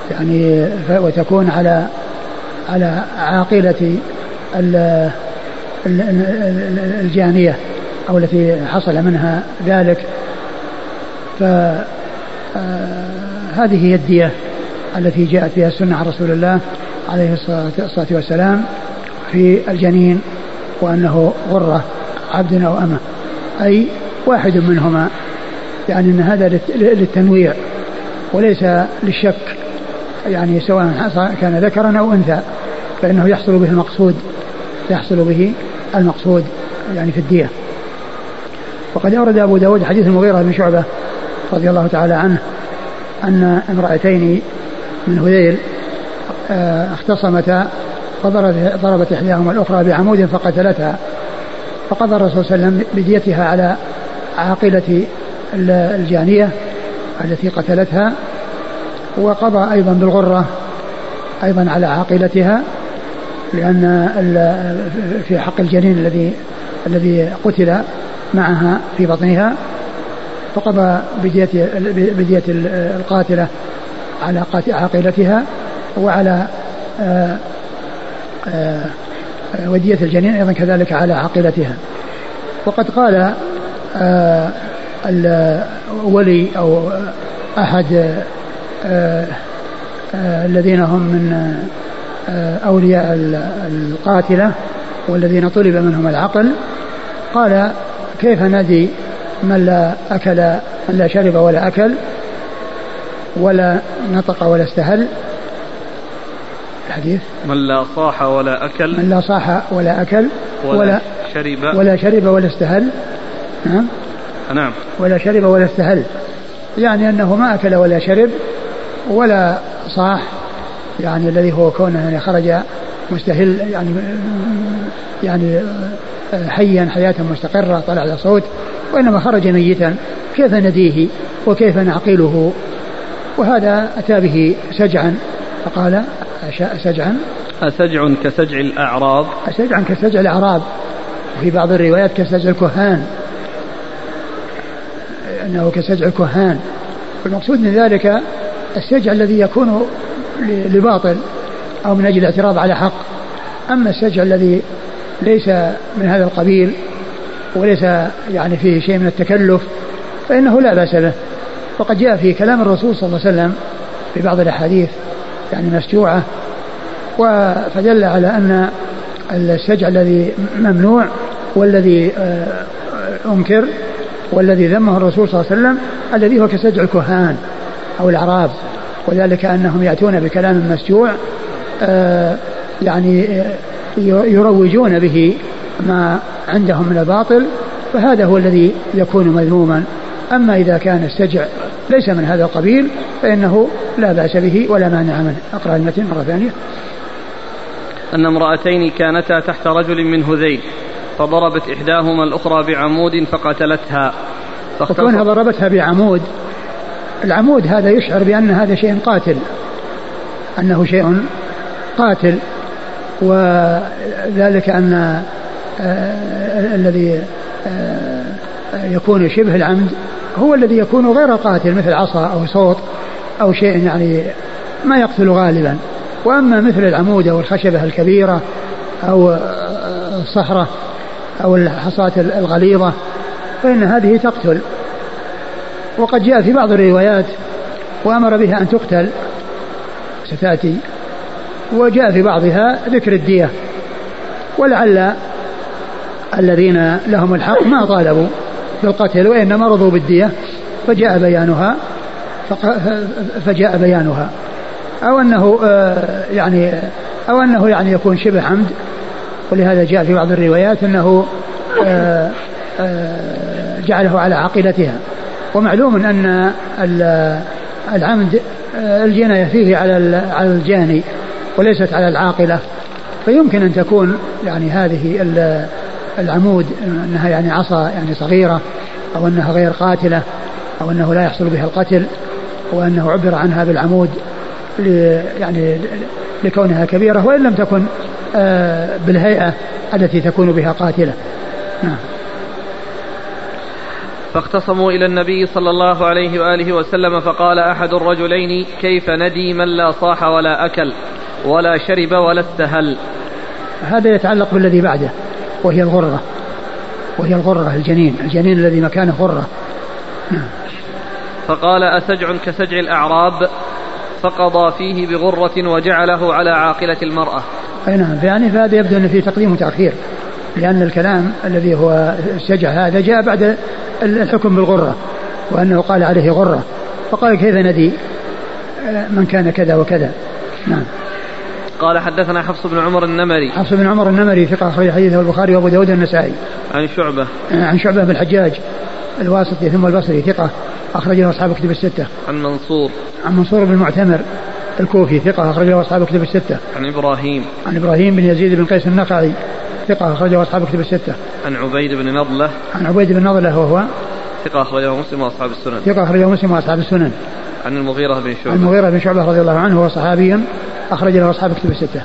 يعني وتكون على على عاقلة الجانية أو التي حصل منها ذلك. فهذه هي الدية التي جاءت بها السنة عن رسول الله عليه الصلاة والسلام في الجنين، وأنه غرة عبد أو أمة، أي واحد منهما، يعني أن هذا للتنويع وليس للشك، يعني سواء كان ذكرا أو أنثى فإنه يحصل به المقصود يحصل به المقصود يعني في الدية. وقد أورد أبو داود حديث المغيرة بن شعبة رضي الله تعالى عنه أن امرأتين من هذيل اختصمتا فضربت إحداهما الأخرى بعمود فقتلتها، فقضى الرسول صلى الله عليه وسلم بديتها على عاقلة الجانية التي قتلتها، وقضى أيضا بالغرة أيضا على عاقلتها، لأن في حق الجنين الذي الذي قتل معها في بطنها، فقضى بدية بدية القاتلة على عاقلتها وعلى ودية الجنين أيضا كذلك على عاقلتها. وقد قال الولي أو أحد الذين هم من أولياء القاتلة والذين طلب منهم العقل، قال: كيف ندي من لا أكل من لا شرب ولا أكل ولا نطق ولا استهل؟ الحديث: من لا صاح ولا أكل من لا صاح ولا أكل ولا, ولا شرب ولا شرب ولا استهل. نعم نعم ولا شرب ولا استهل، يعني أنه ما أكل ولا شرب ولا صاح، يعني الذي هو كونه يعني خرج مستهل، يعني يعني حيا حياة مستقرة طلع على صوت، وإنما خرج ميتا. كيف نديه وكيف نعقله؟ وهذا أتى به سجعا، فقال: سجعا أسجع كسجع الأعراب أسجعا كسجع الأعراب، وفي بعض الروايات كسجع الكهان، أنه كسجع الكهان. والمقصود من ذلك السجع الذي يكون لباطل أو من أجل الاعتراض على حق. أما السجع الذي ليس من هذا القبيل وليس يعني فيه شيء من التكلف فإنه لا بأس به. وقد جاء في كلام الرسول صلى الله عليه وسلم في بعض الأحاديث يعني مسجوعة، فدل على أن السجع الذي ممنوع والذي أنكر والذي ذمه الرسول صلى الله عليه وسلم الذي هو كسجع الكهان أو الأعراب، وذلك أنهم يأتون بكلام مسجوع يعني يروجون به ما عندهم من الباطل، فهذا هو الذي يكون مذموما. أما إذا كان السجع ليس من هذا القبيل فإنه لا بأس به ولا مانع منه. أقرأ المتن مرة ثانية. أن امرأتين كانتا تحت رجل من هذيل فضربت إحداهما الأخرى بعمود فقتلتها. فكونها ضربتها بعمود، العمود هذا يشعر بأن هذا شيء قاتل، أنه شيء قاتل، وذلك أن الذي يكون شبه العمد هو الذي يكون غير قاتل، مثل عصا أو صوت أو شيء يعني ما يقتل غالبا. وأما مثل العمود أو الخشبة الكبيرة أو الصخرة أو الحصاة الغليظة فإن هذه تقتل. وقد جاء في بعض الروايات وأمر بها أن تقتل ستأتي، وجاء في بعضها ذكر الدية، ولعل الذين لهم الحق ما طالبوا بالقتل وإنما رضوا بالدية فجاء بيانها فجاء بيانها أو أنه يعني أو أنه يعني يكون شبه عمد. ولهذا جاء في بعض الروايات أنه جعله على عاقلتها. ومعلوم أن العمد الجناية فيه على الجاني وليست على العاقلة، فيمكن أن تكون يعني هذه العمود أنها يعني عصا يعني صغيرة، أو أنها غير قاتلة، أو أنه لا يحصل بها القتل، وأنه عبر عنها بالعمود يعني لكونها كبيرة، وإن لم تكن بالهيئة التي تكون بها قاتلة. نعم. فاختصموا إلى النبي صلى الله عليه وآله وسلم فقال أحد الرجلين: كيف ندي من لا صاح ولا أكل ولا شرب ولا استهل؟ هذا يتعلق بالذي بعده، وهي الغرة وهي الغرة الجنين الجنين الذي مكانه غرة. نعم. فقال أسجع كسجع الأعراب فقضى فيه بغرة وجعله على عاقلة المرأة. أي نعم. يعني فهذا يبدو أن فيه تقديم وتأخير لأن الكلام الذي هو السجع هذا جاء بعد الحكم بالغرة وأنه قال عليه غرة فقال كيف ندي من كان كذا وكذا. نعم. قال حدثنا حفص بن عمر النمري. حفص بن عمر النمري ثقة أخرج حديثه البخاري وأبو داود والنسائي. عن شعبة. عن شعبة بن الحجاج الواسطي ثم البصري ثقة أخرجه أصحاب كتب الستة. عن منصور. عن منصور بن المعتمر الكوفي ثقة أخرجه أصحاب كتب الستة. عن إبراهيم. عن إبراهيم بن يزيد بن قيس النخعي ثقة أخرجه أصحاب كتب الستة. عن عبيد بن نضلة. عن عبيد بن نضلة وهو ثقة أخرجه مسلم وأصحاب السنن. ثقة أخرجه مسلم وأصحاب السنن. عن المغيرة بن شعبة. عن المغيرة بن شعبة رضي الله عنه هو صحابي أخرج له أصحاب كتب الستة.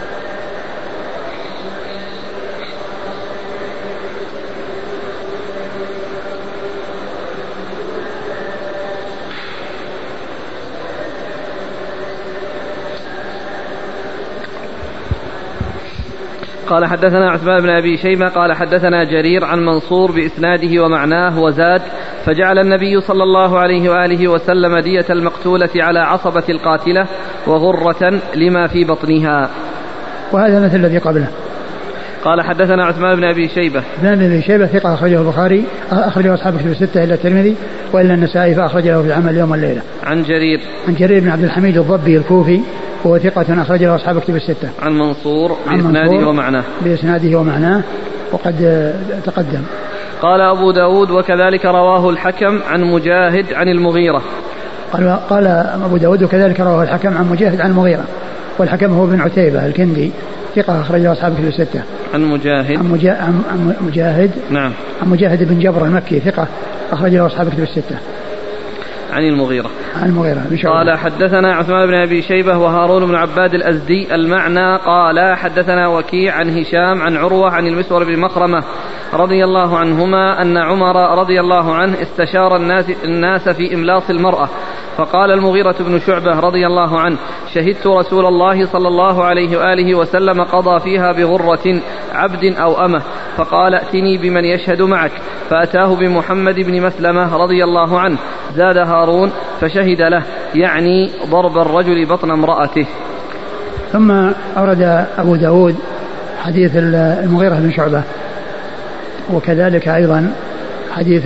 قال حدثنا عثمان بن أبي شيبة قال حدثنا جرير عن منصور بإسناده ومعناه وزاد فجعل النبي صلى الله عليه وآله وسلم دية المقتولة على عصبة القاتلة وغرة لما في بطنها. وهذا مثل الذي قبله. قال حدثنا عثمان بن أبي شيبة. عثمان بن أبي شيبة ثقة أخرجه البخاري أخرجه أصحاب كتب الستة إلا الترمذي وإلا النسائي فأخرجه في العمل اليوم والليلة. عن جرير. عن جرير بن عبد الحميد الضبي الكوفي وهو ثقة أخرجه أصحاب كتب الستة. عن منصور بإسناده ومعناه. بإسناده ومعناه وقد تقدم. قال أبو داود وكذلك رواه الحكم عن مجاهد عن المغيرة. قال, قال أبو داود وكذلك رواه الحكم عن مجاهد عن المغيرة والحكم هو بن عتيبة الكندي ثقة أخرجه أصحاب كتب الستة. عن مجاهد. عن, مجا... عن مجاهد. نعم. عن مجاهد بن جبر المكي ثقة أخرجه أصحاب كتب الستة. عن المغيرة. عن المغيرة. قال حدثنا عثمان بن أبي شيبة وهارون بن عباد الأزدي المعنى قال حدثنا وكيع عن هشام عن عروة عن المسور بن مخرمة رضي الله عنهما أن عمر رضي الله عنه استشار الناس, الناس في إملاص المرأة فقال المغيرة بن شعبة رضي الله عنه شهدت رسول الله صلى الله عليه وآله وسلم قضى فيها بغرة عبد أو أمة فقال ائتني بمن يشهد معك فأتاه بمحمد بن مسلمة رضي الله عنه زاد هارون فشهد له يعني ضرب الرجل بطن امرأته. ثم أورد أبو داود حديث المغيرة بن شعبة وكذلك أيضا حديث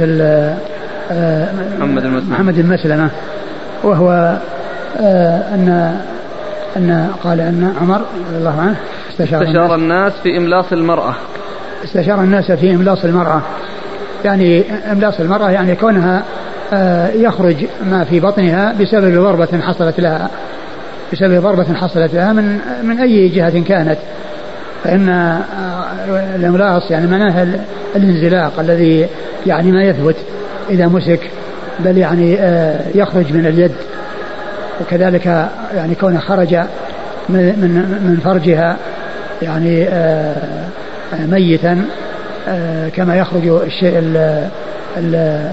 محمد المسلمة, محمد المسلمة وهو أن أن قال أن عمر رضي الله عنه استشار, استشار الناس في إملاص المرأة. استشار الناس في إملاص المرأة يعني إملاص المرأة يعني كونها يخرج ما في بطنها بسبب ضربة حصلت لها بسبب ضربة حصلت لها من من أي جهة كانت فإن الإملاص يعني معناها الانزلاق الذي يعني ما يثبت إذا مسك بل يعني يخرج من اليد وكذلك يعني كونه خرج من من فرجها يعني ميتا كما يخرج الشيء ال ال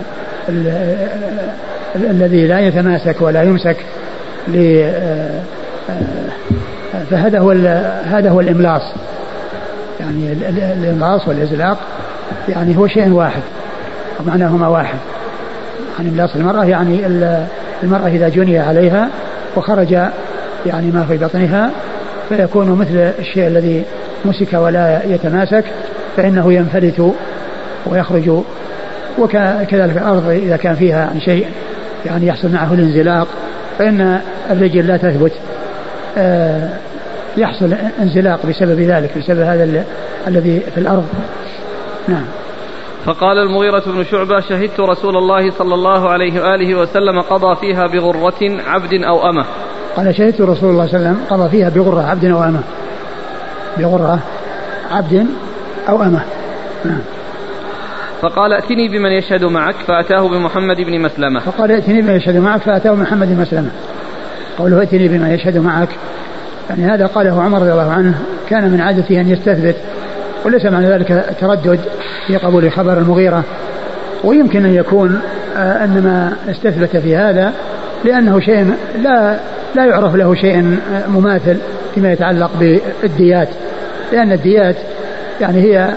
الذي لا يتماسك ولا يمسك فهذا هو هذا هو الإملاص يعني الإملاص والإزلاق يعني هو شيء واحد ومعناهما واحد. يعني إملاص المرأة يعني المرأة إذا جني عليها وخرج يعني ما في بطنها فيكون مثل الشيء الذي مسك ولا يتماسك فإنه ينفلت ويخرج. وكذلك الأرض إذا كان فيها شيء يعني يحصل معه الانزلاق فإن الرجل لا تثبت يحصل انزلاق بسبب ذلك بسبب هذا الذي في الأرض. نعم. فقال المغيرة بن شعبة شهدت رسول الله صلى الله عليه وآله وسلم قضى فيها بغرة عبد أو أمة. قال شهدت رسول الله صلى الله عليه وسلم قضى فيها بغرة عبد أو أمة بغرة عبد أو أمة. نعم. فقال ائتني بمن يشهد معك فأتاه بمحمد بن مسلمة. فقال ائتني بمن يشهد معك فأتاه بمحمد بن مسلمة. قوله ائتني بمن يشهد معك يعني هذا قاله عمر رضي الله عنه كان من عادته أن يستثبت وليس معنى ذلك تردد في قبول خبر المغيرة ويمكن أن يكون أنما استثبت في هذا لأنه شيء لا لا يعرف له شيء مماثل فيما يتعلق بالديات لأن الديات يعني هي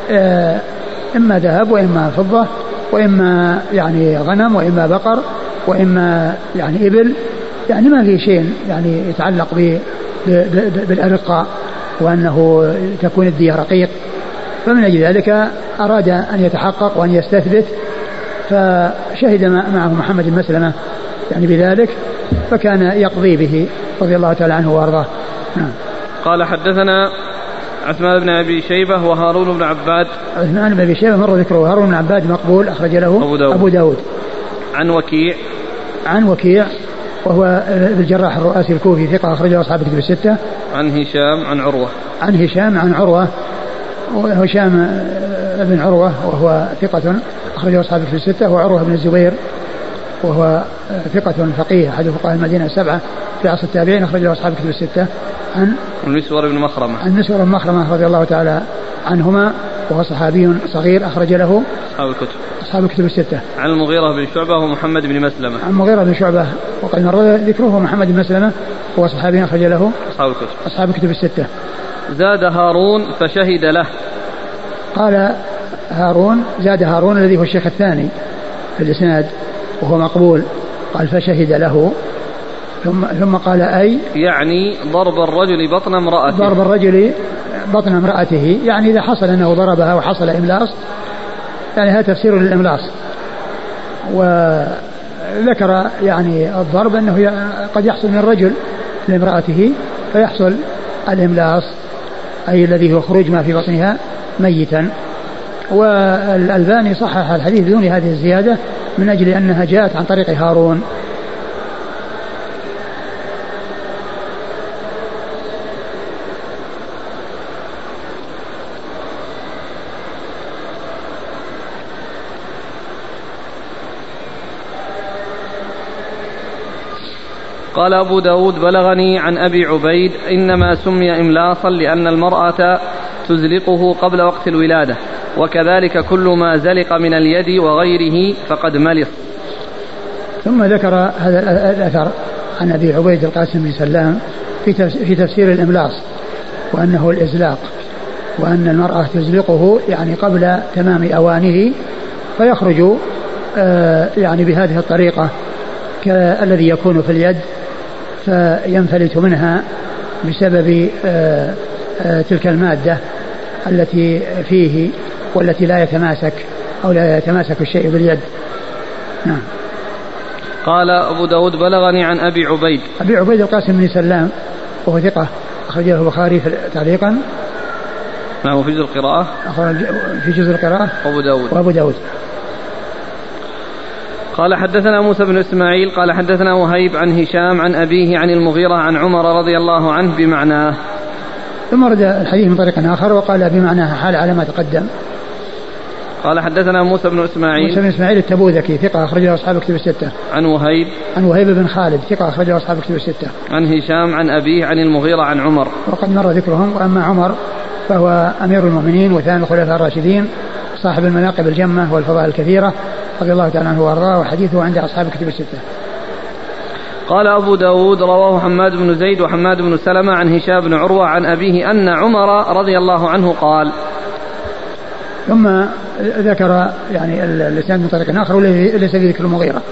إما ذهب وإما فضة وإما يعني غنم وإما بقر وإما يعني إبل، يعني ما في شيء يعني يتعلق بالأرقاء وأنه تكون الدية رقيق. فمن أجل ذلك أراد أن يتحقق وأن يستثبت، فشهد معه محمد بن مسلمة يعني بذلك، فكان يقضي به رضي الله تعالى عنه وارضاه. قال حدثنا عثمان بن أبي شيبة وهارون بن عباد. عثمان بن أبي شيبة مر ذكره، هارون بن عباد مقبول أخرج له أبو داود. أبو داود. عن وكيع. عن وكيع وهو الجراح الرؤاسي الكوفي ثقة أخرجه أصحاب الكتب الستة. عن هشام عن عروة. عن هشام عن عروة، وهشام بن عروة وهو ثقة أخرجه أصحاب الكتب الستة، وعروة بن الزبير وهو ثقة فقيه أحد فقهاء المدينة السبعة في عصر التابعين أخرجه أصحاب الكتب الستة. عن المسور بن مخرمة. عن المسور بن مخرمة رضي الله تعالى عنهما وهو صحابي صغير أخرج له أصحاب الكتب أصحاب الكتب الستة. عن المغيرة بن شعبة ومحمد بن مسلمة. عن المغيرة بن شعبة وقد مر ذكره، ومحمد بن مسلمة هو صحابي أخرج له أصحاب الكتب أصحاب الكتب الستة. زاد هارون فشهد له. قال هارون، زاد هارون الذي هو الشيخ الثاني في الإسناد وهو مقبول، قال فشهد له، ثم ثم قال أي يعني ضرب الرجل بطن امرأته. ضرب الرجل بطن امرأته، يعني إذا حصل أنه ضربها وحصل إملاص، يعني هذا تفسير للإملاص. وذكر يعني الضرب أنه قد يحصل من الرجل لامرأته فيحصل الإملاص، أي الذي هو خروج ما في بطنها ميتا. والألباني صحح الحديث بدون هذه الزيادة من أجل أنها جاءت عن طريق هارون. قال أبو داود بلغني عن أبي عبيد إنما سمي إملاصا لأن المرأة تزلقه قبل وقت الولادة، وكذلك كل ما زلق من اليد وغيره فقد ملص. ثم ذكر هذا الأثر عن أبي عبيد القاسم بن سلام في تفسير الإملاص، وأنه الإزلاق، وأن المرأة تزلقه يعني قبل تمام أوانه فيخرج يعني بهذه الطريقة كالذي يكون في اليد، فينفلت منها بسبب تلك المادة التي فيه والتي لا يتماسك أو لا يتماسك الشيء باليد. نعم. قال أبو داود بلغني عن أبي عبيد. أبي عبيد القاسم بن سلام وهو ثقة أخرجه البخاري تعليقا. نعم. في جزء القراءة. في جزء القراءة. أبو داود. وأبو داود. قال حدثنا موسى بن إسماعيل قال حدثنا وهيب عن هشام عن أبيه عن المغيرة عن عمر رضي الله عنه بمعناه. ثم ورد الحديث من طريق آخر وقال بمعناه حال على ما تقدم. قال حدثنا موسى بن إسماعيل. موسى بن إسماعيل التبوذكي ثقة أخرجه أصحاب الكتب الستة. عن وهيب. عن وهيب بن خالد ثقة أخرجه أصحاب الكتب الستة. عن هشام عن أبيه عن المغيرة عن عمر. وقد مر ذكرهم. وأما عمر فهو أمير المؤمنين وثاني الخلفاء الراشدين صاحب المناقب الجمة والفضائل الكثيرة رضي الله تعالى عنه وارضاه، وحديثه عند أصحاب الكتب الستة. قال أبو داود رواه حماد بن زيد وحماد بن سلمة عن هشام بن عروة عن أبيه أن عمر رضي الله عنه قال. ثم ذكر يعني اللسان من طريق آخر وليس في ذكر المغيرة.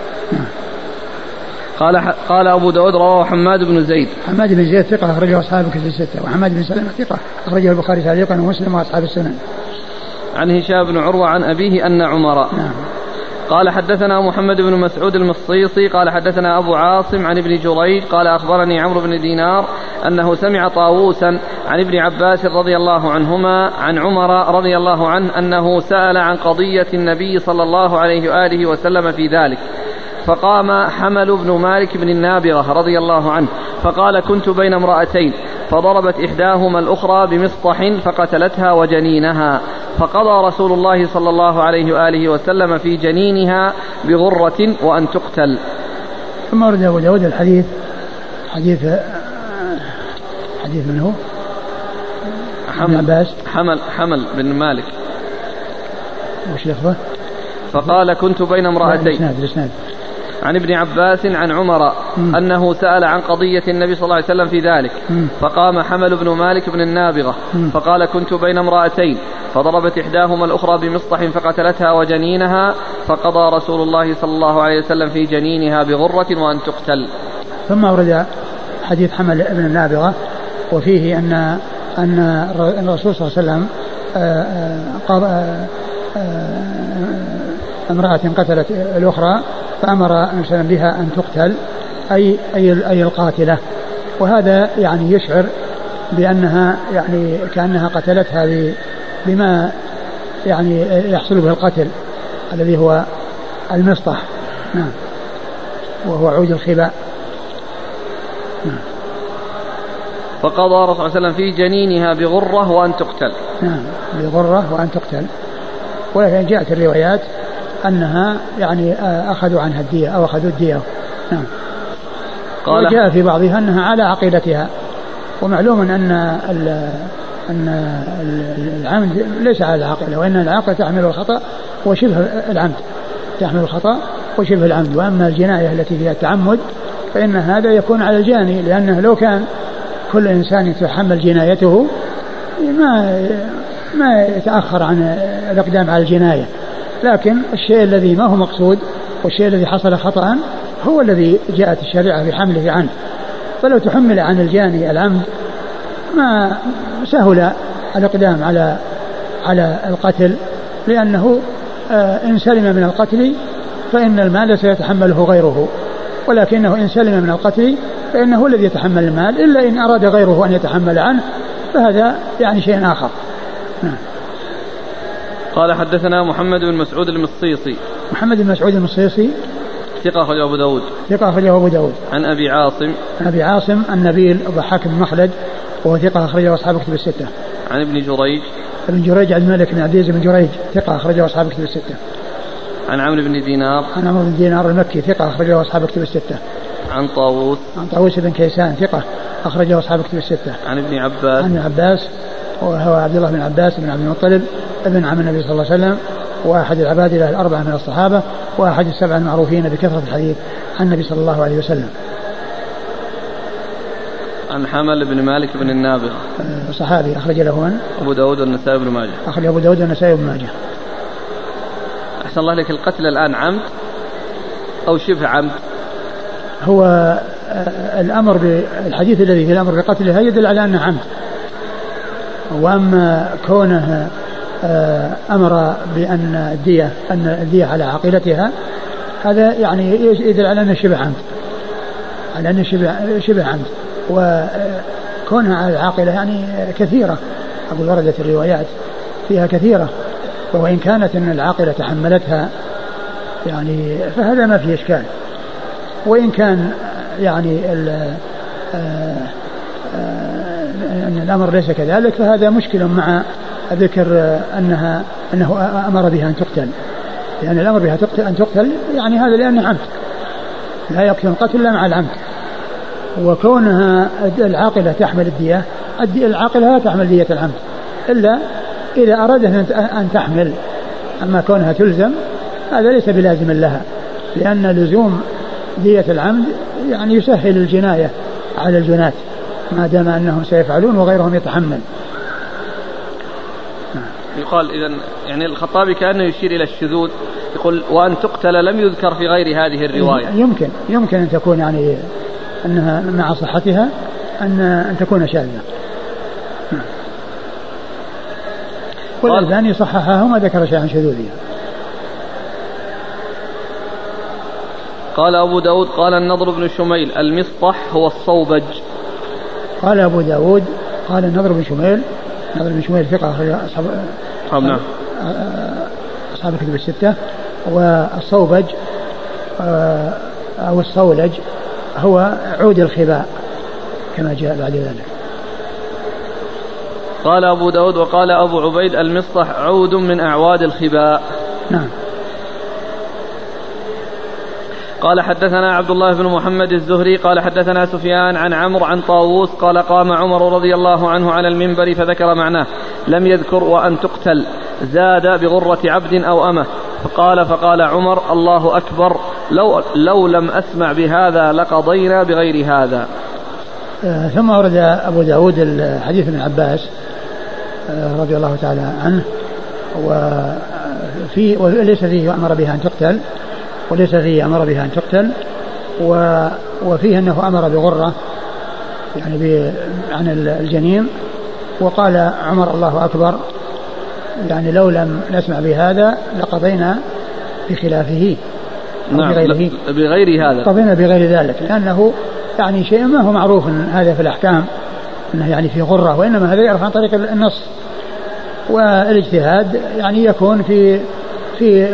قال قال أبو داود رواه حماد بن زيد. حماد بن زيد ثقة أخرجه أصحاب الكتب الستة، وحماد بن سلمة ثقة أخرجه البخاري تعليقا ومسلم وأصحاب السنن. عن هشام بن عروة عن أبيه أن عمر. نعم. قال حدثنا محمد بن مسعود المصيصي قال حدثنا أبو عاصم عن ابن جريج قال أخبرني عمرو بن دينار أنه سمع طاووسا عن ابن عباس رضي الله عنهما عن عمر رضي الله عنه أنه سأل عن قضية النبي صلى الله عليه وآله وسلم في ذلك، فقام حمل بن مالك بن النابغة رضي الله عنه فقال كنت بين امرأتين فضربت إحداهما الأخرى بمسطح فقتلتها وجنينها، فقضى رسول الله صلى الله عليه وآله وسلم في جنينها بغرة وأن تقتل. ثم ورد أبو داود الحديث حديث حديث من هو؟ حمل عباس. حمل حمل بن مالك. وش لفظه؟ فقال كنت بين امرأتين. الإسناد الإسناد. عن ابن عباس عن عمر م. أنه سأل عن قضية النبي صلى الله عليه وسلم في ذلك، م. فقام حمل بن مالك بن النابغة م. فقال كنت بين امرأتين فضربت إحداهما الأخرى بمصطح فقتلتها وجنينها، فقضى رسول الله صلى الله عليه وسلم في جنينها بغرة وأن تقتل. ثم ورد حديث حمل بن النابغة وفيه أن أن الرسول صلى الله عليه وسلم امرأة قتلت الأخرى فأمر النبي بها أن تقتل، أي أي أي القاتلة، وهذا يعني يشعر بأنها يعني كأنها قتلتها بما يعني يحصل به القتل الذي هو المصطح، نعم، وهو عود الخباء. نعم. فقضى رسول الله صلى الله عليه وسلم في جنينها بغرة وأن تقتل. نعم، بغرة وأن تقتل. ولكن جاءت الروايات أنها يعني أخذوا عنها الدية أو أخذوا الدية. نعم. قال وجاء في بعضها أنها على عقيدتها، ومعلوم أن أن العمد ليس على العاقلة، وإن العاقلة تحمل الخطأ وشبه العمد، تحمل الخطأ وشبه العمد. وأما الجناية التي فيها التعمد فإن هذا يكون على الجاني، لأنه لو كان كل إنسان يتحمل جنايته ما ما يتأخر عن الإقدام على الجناية، لكن الشيء الذي ما هو مقصود والشيء الذي حصل خطأ هو الذي جاءت الشريعة بحمله عنه. فلو تحمل عن الجاني العمد ما سهل الإقدام على على القتل، لأنه إن سلم من القتل فإن المال سيتحمله غيره، ولكنه إن سلم من القتل فإنه الذي يتحمل المال، إلا إن أراد غيره أن يتحمل عنه فهذا يعني شيء آخر. نعم. قال حدثنا محمد بن مسعود المصيصي. محمد بن مسعود المصيصي ثقة أخرجه أبو داود. ثقة أخرجه أبو داود. عن أبي عاصم. عن أبي عاصم النبيل ضحاك بن مخلد وهو ثقة أخرجه أصحاب كتب الستة. عن ابن جريج. ابن جريج عبد الملك بن عبد العزيز بن جريج ثقة أخرجه أصحاب كتب الستة. عن عمرو بن دينار. عن عمرو بن دينار المكي ثقة أخرجه أصحاب كتب الستة. عن طاووس. عن طاووس بن كيسان ثقة أخرجه أصحاب كتب الستة. عن ابن عباس. عن ابن عباس وهو عبد الله بن عباس بن عبد المطلب ابن عم النبي صلى الله عليه وسلم، وأحد العباد له الأربعة من الصحابة، وأحد السبع المعروفين بكثرة الحديث عن النبي صلى الله عليه وسلم. عن حمل بن مالك بن النابغة صحابي أخرج له من أبو داود والنسائي بن ماجه. أخرج أبو داود والنسائي بن ماجه. أحسن الله لك، القتل الآن عمد أو شبه عمد؟ هو الأمر بالحديث الذي في الأمر بقتلها يدل على أنه عمد، وأما كونه أمر بأن الدية أن الدية على عقيلتها هذا يعني يدل على أنه شبه عمد، على أنه شبه شبه عمد. وكونها على العاقلة يعني كثيرة، أقول وردت الروايات فيها كثيرة، وإن كانت أن العاقلة تحملتها يعني فهذا ما فيه إشكال، وإن كان يعني أن الأمر ليس كذلك فهذا مشكل مع ذكر أنها أنه أمر بها أن تقتل، لأن الأمر بها أن تقتل يعني هذا لأنه عمد، لا يكفي القتل إلا مع العمد. وكونها العاقلة تحمل الدية، العاقلة لا تحمل دية العمد إلا إذا أرادت أن تحمل، أما كونها تلزم هذا ليس بلازم لها، لأن لزوم دية العمد يعني يسهل الجناية على الجنات ما دام أنهم سيفعلون وغيرهم يتحمل. يقال إذن يعني الخطابي كأنه يشير إلى الشذوذ، يقول وأن تقتل لم يذكر في غير هذه الرواية. يمكن يمكن أن تكون يعني أنها مع صحتها أن أن تكون شاذة. والألباني صححها وما ذكر شيئا شذوذيا. قال أبو داود قال النضر بن شميل المصطح هو الصوبج. قال أبو داود قال النضر بن شميل، النضر بن شميل ثقة أصحاب نعم أصحاب الكتب الستة. والصوبج أو الصولج هو عود الخباء كما جاء بعد ذلك. قال أبو داود وقال أبو عبيد المصطح عود من أعواد الخباء. نعم. قال حدثنا عبد الله بن محمد الزهري قال حدثنا سفيان عن عمرو عن طاووس قال قام عمر رضي الله عنه على المنبر فذكر معناه، لم يذكر وأن تقتل، زاد بغرة عبد أو أمه، فقال فقال عمر الله أكبر، لو, لو لم أسمع بهذا لقضينا بغير هذا. آه ثم ورد أبو داود الحديث من عباس آه رضي الله تعالى عنه وفي وليس فيه أمر بها أن تقتل وليس فيه أمر بها أن تقتل وفيه أنه أمر بغرة يعني عن الجنين. وقال عمر الله أكبر يعني لو لم نسمع بهذا لقضينا بخلافه. نعم بغيره, بغير هذا قضينا بغير ذلك لأنه يعني شيء ما هو معروف هذا في الأحكام أنه يعني في غرة، وإنما هذا يعرف عن طريق النص. والاجتهاد يعني يكون في في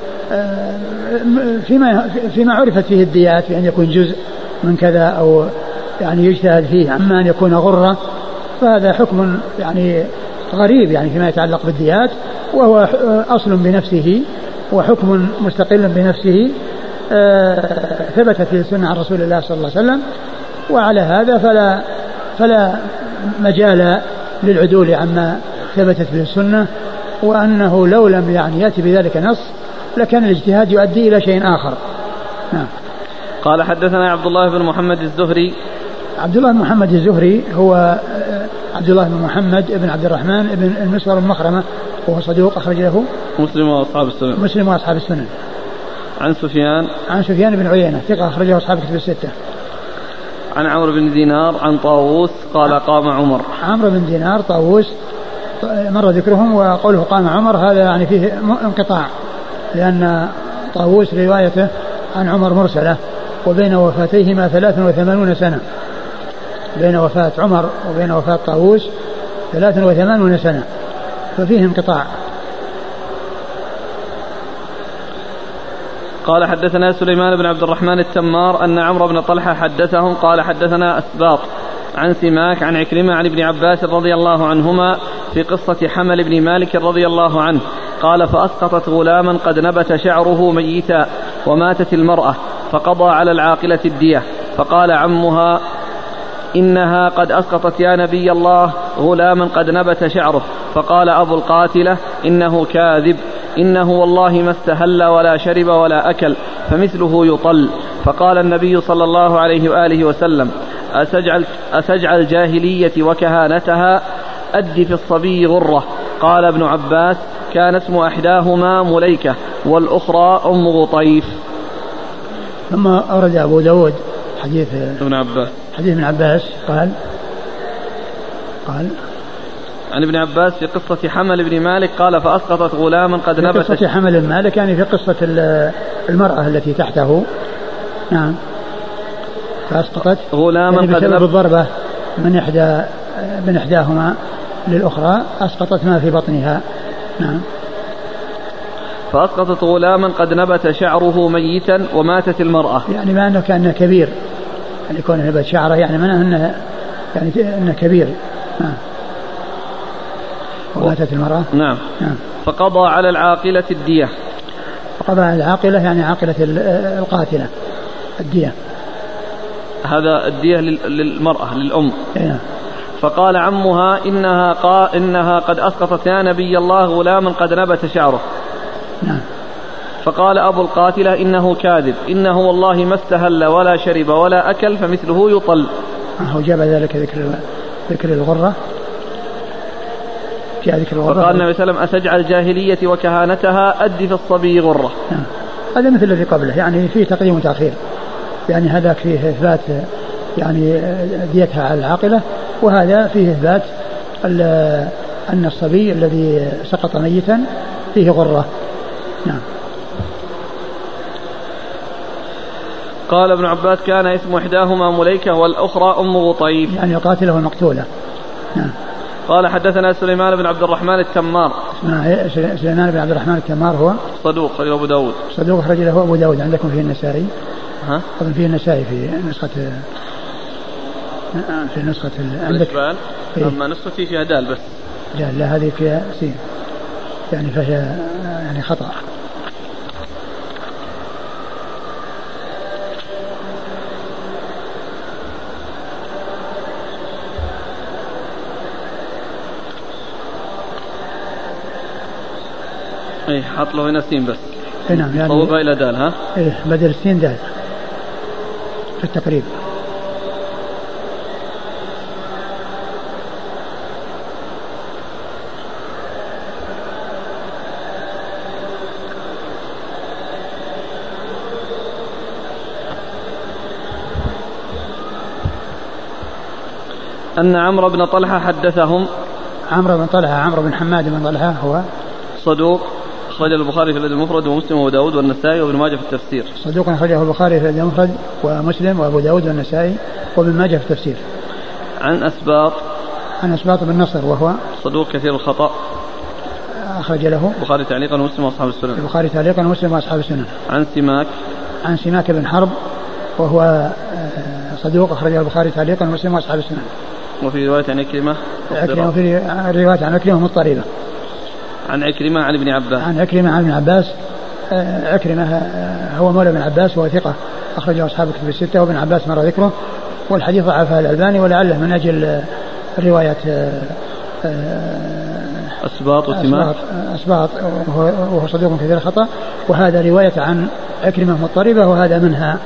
فيما فيما عرفت فيه الديات بأن يكون جزء من كذا أو يعني يجتهد فيه. أما أن يكون غرة فهذا حكم يعني غريب يعني فيما يتعلق بالديات، وهو أصل بنفسه وحكم مستقل بنفسه ثبت في السنة عن رسول الله صلى الله عليه وسلم. وعلى هذا فلا فلا مجال للعدول عما ثبتت به السنة، وأنه لو لم يعني يأتي بذلك نص لكان الاجتهاد يؤدي إلى شيء آخر. نعم. قال حدثنا عبد الله بن محمد الزهري. عبد الله بن محمد الزهري هو عبد الله بن محمد بن عبد الرحمن بن المسور المخرمة، وهو صدوق أخرج له مسلم وأصحاب السنن. مسلم وأصحاب السنن. عن سفيان عن سفيان بن عيينة ثقة أخرجه أصحاب كتب الستة. عن عمرو بن دينار عن طاووس قال قام عمر. عمرو بن دينار طاووس مر ذكرهم، وقوله قام عمر هذا يعني فيه انقطاع، لأن طاووس روايته عن عمر مرسلة، وبين وفاتيهما ثلاث وثمانون سنة، بين وفاة عمر وبين وفاة طاووس ثلاث وثمانون سنة، ففيه انقطاع. قال حدثنا سليمان بن عبد الرحمن التمار أن عمرو بن طلحة حدثهم قال حدثنا أسباط عن سماك عن عكرمة عن ابن عباس رضي الله عنهما في قصة حمل بن مالك رضي الله عنه قال فأسقطت غلاما قد نبت شعره ميتا وماتت المرأة فقضى على العاقلة الدية، فقال عمها إنها قد أسقطت يا نبي الله غلاما قد نبت شعره، فقال أبو القاتلة إنه كاذب، إنه والله ما استهل ولا شرب ولا أكل فمثله يطل. فقال النبي صلى الله عليه وآله وسلم أسجعل, أسجعل الجاهلية وكهانتها أد في الصبي غرة. قال ابن عباس كان اسم إحداهما مليكة والأخرى أم غطيف. ثم أورد أبو داود حديث ابن عباس حديث ابن عباس قال قال عن ابن عباس في قصة حمل بن مالك قال فأسقطت غلاما قد نبت. في قصة حمل بن مالك يعني في قصة المرأة التي تحته. نعم. فأسقطت غلاما يعني قد بسبب الضربة من إحدى من إحداهما للأخرى أسقطت ما في بطنها. نعم. فأسقطت غلاما قد نبت شعره ميتا وماتت المرأة. يعني ما أنه كان كبير، يعني يكون نبت شعره يعني معناه أنه يعني أنه كبير. نعم. وماتت المرأة. نعم. نعم. فقضى على العاقلة الدية. فقضى على العاقلة يعني عاقلة القاتلة الدية. هذا الدية للمرأة للأم. نعم. فقال عمها إنها, قا إنها قد أسقطت يا نبي الله غلاما قد نبت شعره. نعم. فقال أبو القاتلة إنه كاذب، إنه والله ما استهل ولا شرب ولا أكل فمثله يطل. هو جاب ذلك ذكر ذكر الغرة. فقال النبي صلى الله عليه وسلم أسجعل الجاهلية وكهانتها أد في الصبي غرة. نعم. هذا مثل الذي قبله يعني فيه تقديم وتأخير، يعني هذاك فيه إثبات يعني ديتها على العاقلة، وهذا فيه إثبات أن الصبي الذي سقط ميتا فيه غرة. نعم. قال ابن عباس كان اسم إحداهما مليكة والأخرى أم غطيف، يعني القاتلة والمقتولة. نعم. قال حدثنا سليمان بن عبد الرحمن التمار. سليمان بن عبد الرحمن التمار هو صدوق خرج أبو داود. صدوق خرج له أبو داود. عندكم فيه النسائي؟ ها؟ أظن فيه النسائي في نسخة في نسخة عندك. إيه؟ أما نسختي فيها دال بس. لا لا هذه فيها سين يعني فهي يعني خطأ. ايه حط له هنا سين بس. نعم يعني صوبها الى دال. ها ايه بدل السين دال في التقريب. أن عمرو بن طلحة حدثهم. عمرو بن طلحة عمرو بن حماد بن طلحة هو صدوق أخرج البخاري في الأدب المفرد ومسلم وأبو داود والنسائي وابن ماجه في التفسير. صدوق أخرجه البخاري في الأدب المفرد ومسلم وأبو داود والنسائي وابن ماجه في التفسير. عن أسباط عن أسباط بن نصر وهو صدوق كثير الخطأ أخرج له البخاري تعليقا ومسلم وأصحاب السنن. البخاري تعليقا ومسلم وأصحاب السنن. عن سماك عن سماك بن حرب وهو صدوق أخرجه البخاري تعليقا ومسلم وأصحاب السنن. وفي رواية عن عكرمة وفي رواية عن عكرمة مضطربة. عن عكرمة عن ابن عباس عن عكرمة عن ابن عباس. عكرمة هو مولى ابن عباس وهو ثقة أخرجه أصحاب الكتب الستة وابن عباس مر ذكره والحديث ضعفه الألباني ولعله من أجل رواية أسباط وسماك أسباط وهو صدوق كثير الخطأ وهذا رواية عن عكرمة مضطربة وهذا منها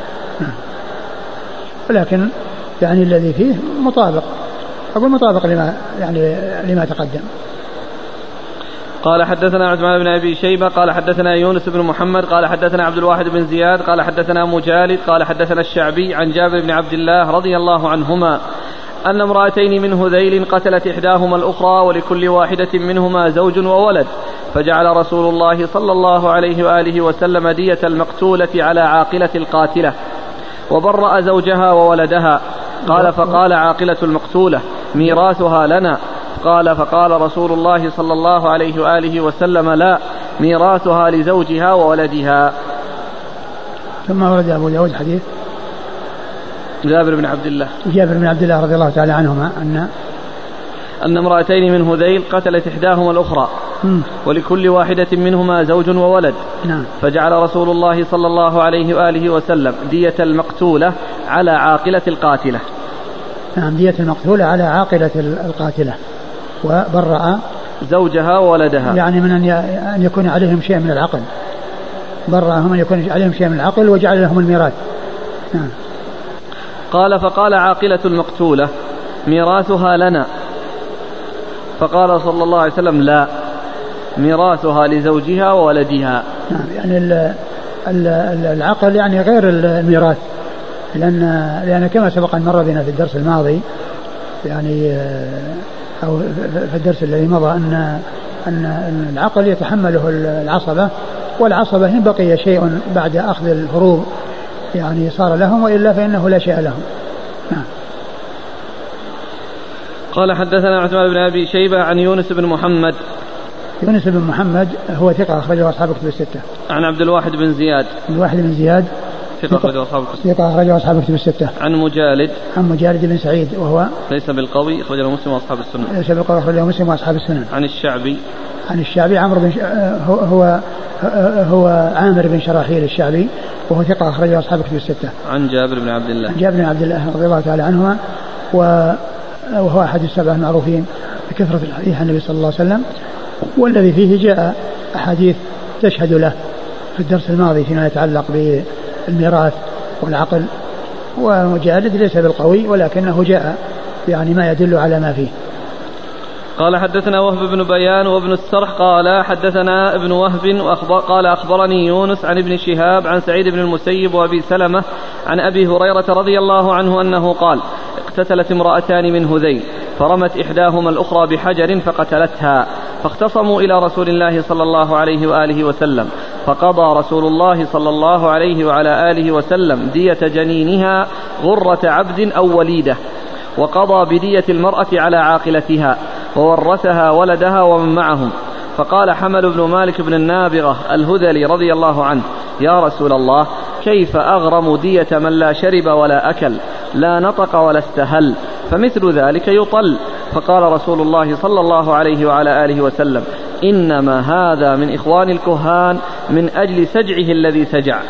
ولكن يعني الذي فيه مطابق أقول مطابق لما يعني لما تقدم. قال حدثنا عثمان بن أبي شيبة قال حدثنا يونس بن محمد قال حدثنا عبد الواحد بن زياد قال حدثنا مجالد قال حدثنا الشعبي عن جابر بن عبد الله رضي الله عنهما أن امرأتين من هذيل قتلت إحداهما الأخرى ولكل واحدة منهما زوج وولد فجعل رسول الله صلى الله عليه وآله وسلم دية المقتولة على عاقلة القاتلة وبرأ زوجها وولدها. قال فقال عاقلة المقتولة ميراثها لنا. قال فقال رسول الله صلى الله عليه وآله وسلم لا ميراثها لزوجها وولدها. ثم ورد أبو داود حديث جابر بن عبد الله جابر بن عبد الله رضي الله تعالى عنهما أن أن امرأتين من هذيل قتلت إحداهما الأخرى م. ولكل واحدة منهما زوج وولد نعم. فجعل رسول الله صلى الله عليه وآله وسلم دية المقتولة على عاقلة القاتلة. نعم دية المقتولة على عاقلة القاتلة وبرأ زوجها وولدها يعني من أن يكون عليهم شيء من العقل برأهم أن يكون عليهم شيء من العقل وجعل لهم الميراث. نعم. قال فقال عاقلة المقتولة ميراثها لنا. فقال صلى الله عليه وسلم لا ميراثها لزوجها وولدها. نعم يعني ال ال العقل يعني غير الميراث لأن لأن كما سبق أن مر بنا في الدرس الماضي يعني أو في الدرس الذي مضى أن أن العقل يتحمله العصبة والعصبة إن بقي شيء بعد أخذ الفروض يعني صار لهم وإلا فإنه لا شيء لهم. نعم. قال حدثنا عثمان بن أبي شيبة عن يونس بن محمد. يونس بن محمد هو ثقة أخرجه أصحاب الكتب الستة. عن عبد الواحد بن زياد. عبد الواحد بن زياد ثقة أخرجه أصحاب الكتب. ثقة أخرجه أصحاب الكتب الستة. عن مجالد. عن مجالد بن سعيد وهو ليس بالقوي أخرجه مسلم وأصحاب السنن. ليس بالقوي أخرجه مسلم وأصحاب السنن. عن الشعبي. عن الشعبي عمرو بن ش... هو هو هو عامر بن شراحيل الشعبي وهو ثقة أخرجه أصحاب الكتب الستة. عن جابر بن عبد الله. عن جابر بن عبد الله رضي الله تعالى عنهما وهو أحد السبع المعروفين بكثرة الحديث عن النبي صلى الله عليه وسلم والذي فيه جاء أحاديث تشهد له في الدرس الماضي فيما يتعلق بالميراث والعقل. ومجالد ليس بالقوي ولكنه جاء يعني ما يدل على ما فيه. قال حدثنا وهب بن بيان وابن السرح قال حدثنا ابن وهب وأخبر قال أخبرني يونس عن ابن شهاب عن سعيد بن المسيب وأبي سلمة عن أبي هريرة رضي الله عنه أنه قال اقتتلت امرأتان من هذيل فرمت إحداهما الأخرى بحجر فقتلتها فاختصموا إلى رسول الله صلى الله عليه وآله وسلم فقضى رسول الله صلى الله عليه وعلى آله وسلم دية جنينها غرة عبد أو وليدة وقضى بدية المرأة على عاقلتها وورثها ولدها ومن معهم. فقال حمل بن مالك بن النابغة الهذلي رضي الله عنه يا رسول الله كيف أغرم دية من لا شرب ولا أكل لا نطق ولا استهل فمثل ذلك يطل. فقال رسول الله صلى الله عليه وعلى آله وسلم إنما هذا من إخوان الكهان من أجل سجعه الذي سجع.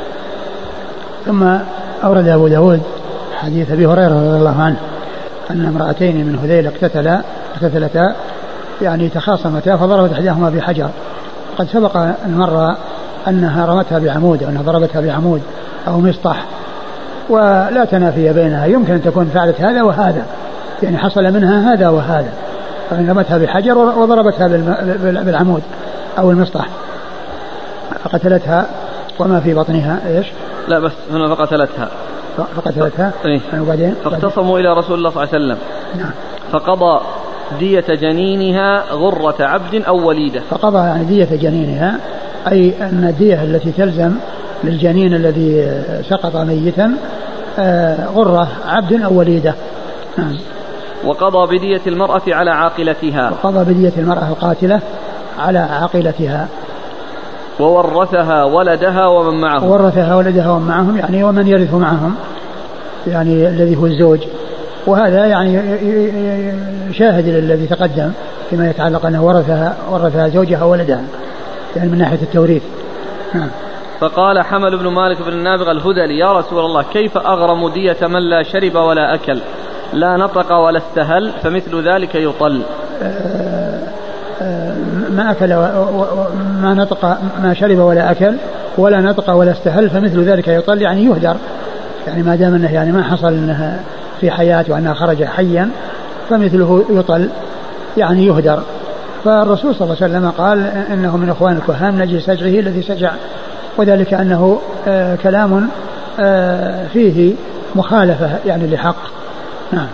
ثم أورد أبو داود حديث أبي هريرة رضي الله عنه أن امرأتين من هذيل اقتتلا اقتتلتا يعني تخاصمتا فضربت إحداهما بحجر. قد سبق المرة أنها رمتها بعمود أو أنها ضربتها بعمود أو مسطح ولا تنافي بينها يمكن أن تكون فعلت هذا وهذا يعني حصل منها هذا وهذا فإن رمتها بحجر وضربتها بالعمود أو المسطح فقتلتها وما في بطنها إيش لا بس هنا فقتلتها فقتلتها. إيه؟ وبعدين فاختصموا إلى رسول الله صلى الله عليه وسلم. نعم. فقضى دية جنينها غرة عبد أو وليدة. فقضى يعني دية جنينها أي أن الدية التي تلزم للجنين الذي سقط ميتا غرة عبد أو وليدة. نعم. وقضى بدية المرأة على عاقلتها. وقضى بدية المرأة القاتلة على عاقلتها. وورثها ولدها ومن معهم. وورثها ولدها ومن معهم يعني ومن يرث معهم يعني الذي هو الزوج. وهذا يعني شاهد للذي تقدم فيما يتعلق أنه ورثها ورثها زوجها وولدها يعني من ناحية التوريث. نعم. فقال حمل بن مالك بن النابغة الهذلي يا رسول الله كيف أغرم دية من لا شرب ولا أكل لا نطق ولا استهل فمثل ذلك يطل. ما أكل ما نطق ما شرب ولا أكل ولا نطق ولا استهل فمثل ذلك يطل يعني يهدر يعني ما دام أنه يعني ما حصل أنها في حياة وأنها خرج حيا فمثله يطل يعني يهدر. فالرسول صلى الله عليه وسلم قال إنه من إخوان الكهان نجي سجعه الذي سجع وذلك أنه آه كلام آه فيه مخالفة يعني لحق. نعم.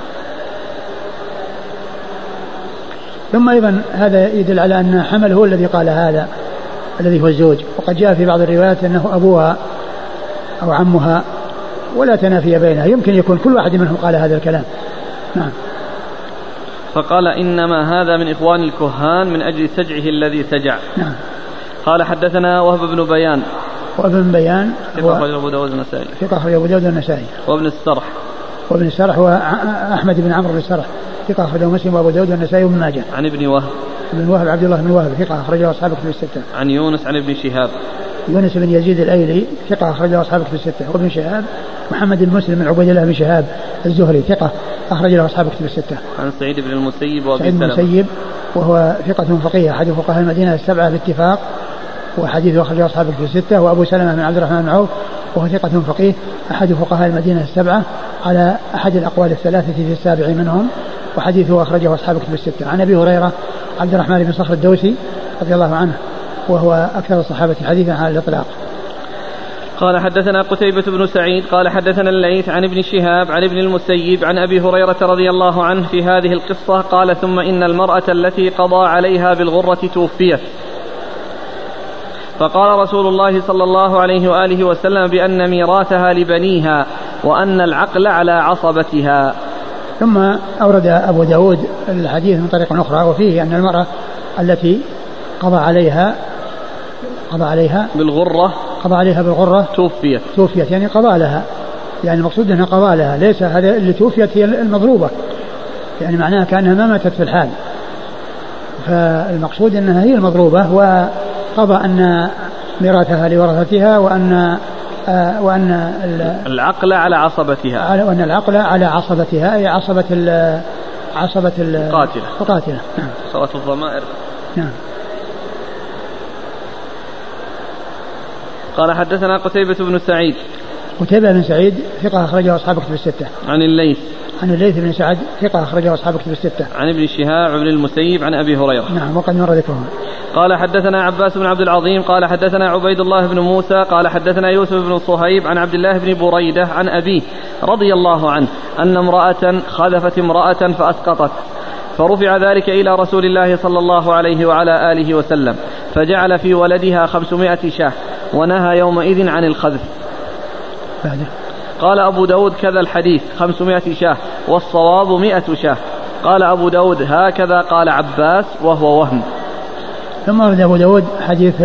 ثم أيضا هذا يدل على أن حمل هو الذي قال هذا الذي هو الزوج وقد جاء في بعض الروايات أنه أبوها أو عمها ولا تنافي بينها يمكن يكون كل واحد منهم قال هذا الكلام. نعم. فقال إنما هذا من إخوان الكهان من أجل سجعه الذي سجع. نعم. قال حدثنا وهب بن بيان. وهب بن بيان ثقة أخرجه أبو داود النسائي. ثقة أخرجه أبو داود النسائي. وابن السرح. وابن السرح هو أحمد بن عمرو بن السرح ثقة أخرجه مسلم وأبو داود النسائي وابن ماجه. عن ابن وهب. ابن وهب عبد الله بن وهب ثقة أخرجه أصحاب كتب الستة. عن يونس عن ابن شهاب. يونس بن يزيد الأيلي ثقة أخرجه أصحاب كتب الستة. وابن شهاب محمد بن مسلم بن عبيد الله بن شهاب الزهري ثقة أخرج له أصحاب كتب الستة. عن سعيد بن المسيب وأبي سلمة. سعيد بن المسيب وهو ثقة فقيه أحد فقهاء المدينة السبعة باتفاق وحديثه أخرجه أصحاب كتب الستة. وأبو سلمة بن عبد الرحمن بن عوف وهو ثقة فقيه أحد فقهاء المدينة السبعة على أحد الأقوال الثلاثة في السابع منهم وحديثه أخرجه أصحاب كتب الستة. عن أبي هريرة عبد الرحمن بن صخر الدوسي رضي الله عنه وهو أكثر الصحابة حديثا على الإطلاق. قال حدثنا قتيبة بن سعيد قال حدثنا الليث عن ابن شهاب عن ابن المسيب عن أبي هريرة رضي الله عنه في هذه القصة قال ثم إن المرأة التي قضى عليها بالغرة توفيت فقال رسول الله صلى الله عليه وآله وسلم بأن ميراثها لبنيها وأن العقل على عصبتها. ثم أورد أبو داود الحديث من طريق أخرى وفيه أن المرأة التي قضى عليها قضى عليها بالغرة قضى عليها بالغرة توفيت توفيت يعني قضى لها يعني المقصود أنها قضى لها ليس هذا اللي توفيت هي المضروبة يعني معناها كأنها ما ماتت في الحال فالمقصود أنها هي المضروبة وقضى أن ميراثها لورثتها وأن آه وأن العقل على عصبتها وأن العقل على عصبتها أي عصبة ال عصبة القاتلة القاتلة. نعم. صلاة الضمائر. نعم. قال حدثنا قتيبة بن سعيد. قتيبة بن سعيد ثقة أخرجه أصحاب كتب الستة. عن الليث. عن الليث بن سعد ثقة أخرجه أصحاب كتب الستة. عن ابن شهاب بن المسيب عن أبي هريرة. نعم وقد مر ذكرهم. قال حدثنا عباس بن عبد العظيم قال حدثنا عبيد الله بن موسى قال حدثنا يوسف بن صهيب عن عبد الله بن بريدة عن أبيه رضي الله عنه أن امرأة خذفت امرأة فأسقطت فرفع ذلك إلى رسول الله صلى الله عليه وعلى آله وسلم فجعل في ولدها خمسمائة شاة ونهى يومئذ عن الخذف. بعده. قال أبو داود كذا الحديث خمسمائة شاة والصواب مئة شاة. قال أبو داود هكذا قال عباس وهو وهم. ثم أورد أبو داود حديث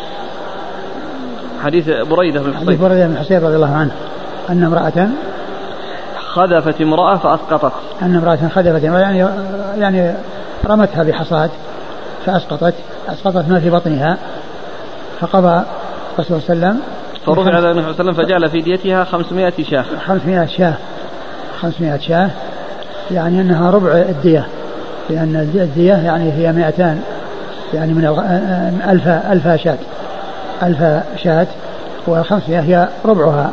حديث بريدة بن حصير حديث بريدة بن حصير رضي الله عنه أن امرأة خذفت امرأة فأسقطت أن امرأة خذفت يعني يعني رمتها بحصاد فأسقطت أسقطت ما في بطنها فقضى الرسول صلى الله عليه وسلم فرفع على النبي صلى الله عليه وسلم فجعل في ديتها خمسمائة شاة خمسمائة شاة خمسمائة شاة يعني أنها ربع الدية لأن الدية يعني هي مئتان يعني من ألف ألف شاة ألف شاة والخمسمائة هي ربعها.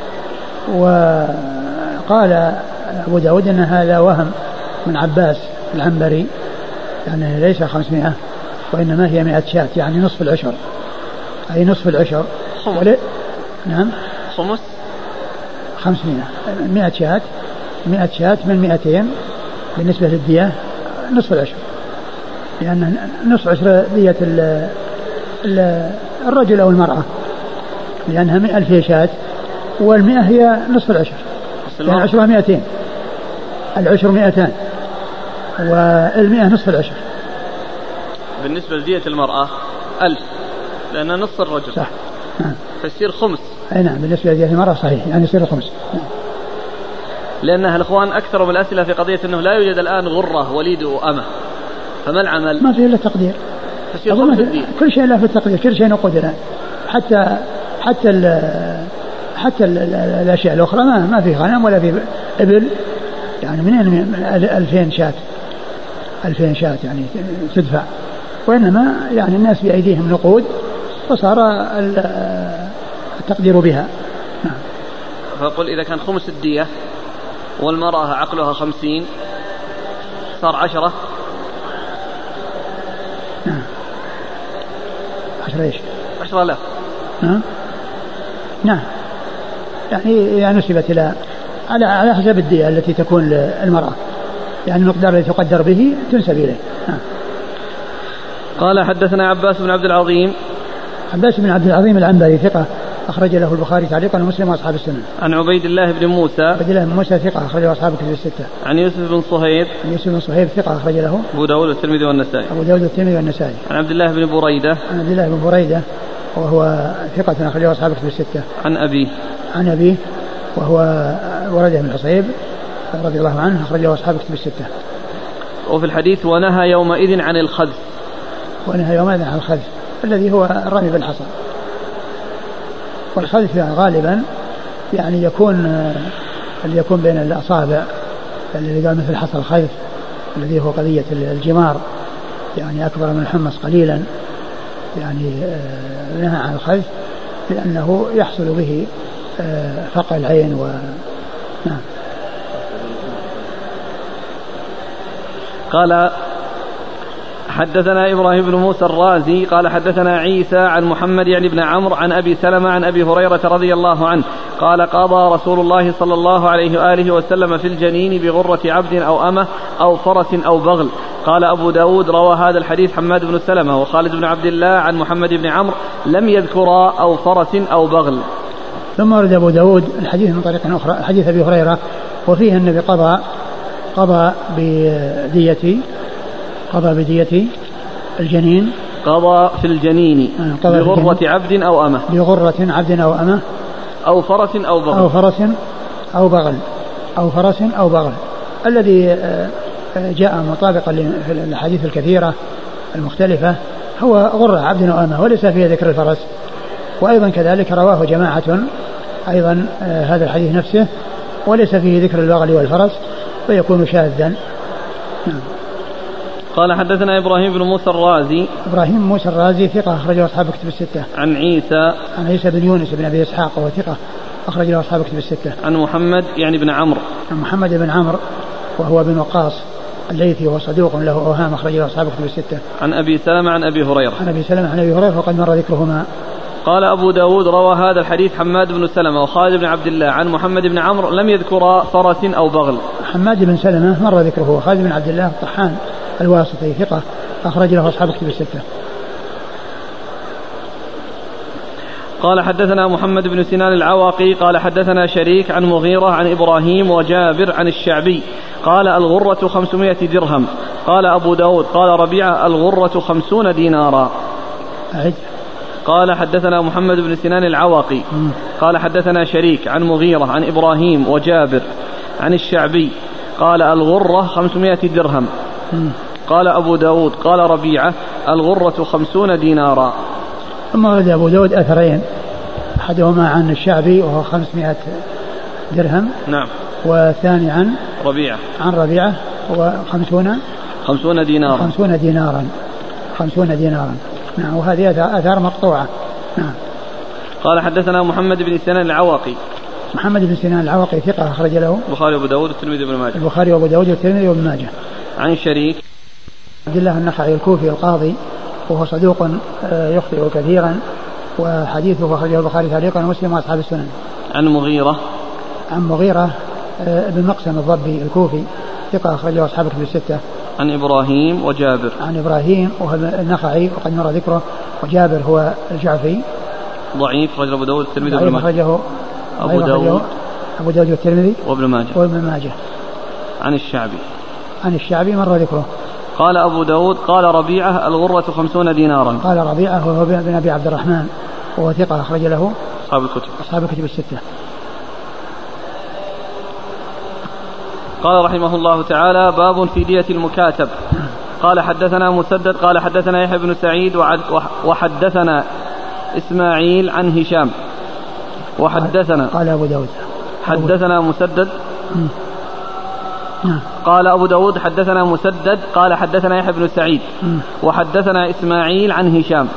وقال أبو داود أن هذا وهم من عباس العنبري يعني ليس خمسمائة وإنما هي مئة شاة يعني نصف العشر أي نصف العشر. خمس. نعم خمس خمسمائة مئة شاة مئة شاة من مئتين بالنسبة للدية نصف العشر، لأن نصف عشر دية الرجل أو المرأة، لأنها مئة ألف شاة والمئة هي نصف العشر، يعني عشرها مئتين، العشر مئتان والمئة نصف العشر. بالنسبة لدية المرأة ألف لأنها نصف الرجل صح، فيصير خمس. أي نعم بالنسبة لدية المرأة صحيح، يعني يصير خمس. لأنها الإخوان أكثر من الأسئلة في قضية أنه لا يوجد الآن غرة وليد وأمة، فما العمل؟ ما فيه إلا تقدير، كل شيء لا في التقدير، كل شيء نقود الآن، حتى حتى ال حتى ال الأشياء الأخرى ما ما في غنم ولا في إبل، يعني منين ألفين شاة ألفين شاة يعني تدفع، وإنما يعني الناس بأيديهم نقود فصار التقدير بها. نعم. فأقول إذا كان خمس الدية والمرأة عقلها خمسين صار عشرة. نعم. عشرة إيش؟ عشرة لا. نعم. نعم. يعني إذا نسبت إلى على على حسب الدية التي تكون للمرأة، يعني المقدار الذي تقدر به تنسب إليه. نعم. قال حدثنا عباس بن عبد العظيم. عباس بن عبد العظيم العنبري ثقة أخرج له البخاري تعليقا ومسلم وأصحاب السنن. عن عبيد الله بن موسى. عبيد الله بن موسى ثقة أخرج له أصحاب الكتب الستة. عن يوسف بن صهيب. عن يوسف بن صهيب ثقة أخرج له أبو داود والترمذي والنسائي. أبو داود والترمذي والنسائي. عن عبد الله بن بريدة. عن عبد الله بن بريدة وهو ثقة أخرج له أصحاب الكتب الستة. عن أبيه. عن أبيه وهو بريدة بن الحصيب رضي الله عنه أخرج له أصحاب الكتب الستة. وفي الحديث ونهى يومئذ عن الخذف. ونهى يومئذ عن الخذف الذي هو الرمي بالحصى. والخذف يعني غالبا يعني يكون اللي يكون بين الأصابع الذي قال مثل حصى الخذف الذي هو قضية الجمار، يعني أكبر من الحمص قليلا، يعني نهى عن الخذف لأنه يحصل به فقع العين و نعم. قال حدثنا إبراهيم بن موسى الرازي قال حدثنا عيسى عن محمد يعني بن عمرو عن أبي سلمة عن أبي هريرة رضي الله عنه قال قضى رسول الله صلى الله عليه وآله وسلم في الجنين بغرة عبد أو أمة أو فرس أو بغل. قال أبو داود روى هذا الحديث حماد بن سلمة وخالد بن عبد الله عن محمد بن عمرو لم يذكرا أو فرس أو بغل. ثم ورد أبو داود الحديث من طريق أخرى حديث أبي هريرة وفيه النبي قضى قضى بدية قضى بدية الجنين قضى في الجنين بغرة عبد أو أمة بغرة عبد أو أمة أو فرس أو بغل أو فرس أو بغل أو فرس أو بغل الذي جاء مطابقا للحديث الكثيرة المختلفة هو غرة عبد أو أمة وليس فيه ذكر الفرس. وأيضا كذلك رواه جماعة أيضا هذا الحديث نفسه وليس فيه ذكر البغل والفرس ويكون شاذا. نعم. قال حدثنا إبراهيم بن موسى الرازي. إبراهيم موسى الرازي ثقة أخرج له أصحاب كتب الستة. عن عيسى عن عيسى بن يونس بن أبي إسحاق وهو ثقة أخرج له أصحاب كتب الستة. عن محمد يعني بن عمرو. عن محمد بن عمرو وهو بن وقاص الليثي وهو صدوق له أوهام أخرج له أصحاب كتب الستة. عن أبي سلمة عن أبي هريرة. عن أبي سلمة عن أبي هريرة وقد مر ذكرهما. قال أبو داود روى هذا الحديث حماد بن سلمة وخالد بن عبد الله عن محمد بن عمرو لم يذكر فرس أو بغل. حماد بن سلمة مر ذكره وخالد بن عبد الله الطحان الواسطي ثقة أخرج له أصحاب كتب الستة. قال حدثنا محمد بن سنان العواقي قال حدثنا شريك عن مغيرة عن إبراهيم وجابر عن الشعبي قال الغرة خمسمائة درهم. قال أبو داود قال ربيعة الغرة خمسون دينارا. أعد. قال حدثنا محمد بن سنان العواقي قال حدثنا شريك عن مغيرة عن إبراهيم وجابر عن الشعبي قال الغرة خمسمائة درهم. قال أبو داود قال ربيعة الغرة خمسون دينارا. ثم ورد أبو داود أثرين أحدهما عن الشعبي وهو خمسمائة درهم. نعم. والثاني عن ربيعة عن ربيعة وخمسون خمسون دينارا خمسون دينارا خمسون دينارا. نعم. وهذه آثار مقطوعة. نعم. قال حدثنا محمد بن سنان العواقي. محمد بن سنان العواقي ثقة أخرج له البخاري وأبو داود والترمذي وابن ماجه. البخاري وأبو داود والترمذي وابن ماجه. عن شريك عبد الله النخعي الكوفي القاضي وهو صدوق يخطئ كثيرا وحديثه أخرجه البخاري تعليقا ومسلم وأصحاب السنن. عن مغيرة عن مغيرة بن مقسم الضبي الكوفي ثقة أخرجه أصحاب الكتب الستة. عن إبراهيم وجابر. عن إبراهيم وهو النخعي وقد مر ذكره، وجابر هو الجعفي ضعيف أخرجه أبو داود والترمذي وابن ماجه. أبو داود أبو داود والترمذي وابن ماجه وابن ماجه. عن الشعبي. عن الشعبي مر ذكره. قال أبو داود قال ربيعة الغرة خمسون دينارا. قال ربيعة وهو بن أبي عبد الرحمن وهو ثقة أخرج له أصحاب الكتب أصحاب الكتب الستة. قال رحمه الله تعالى باب في دية المكاتب. قال حدثنا مسدد قال حدثنا يحيى بن سعيد وحدثنا إسماعيل عن هشام وحدثنا قال أبو داود حدثنا مسدد قال أبو داود حدثنا مسدد قال حدثنا يحيى بن سعيد وحدثنا إسماعيل عن هشام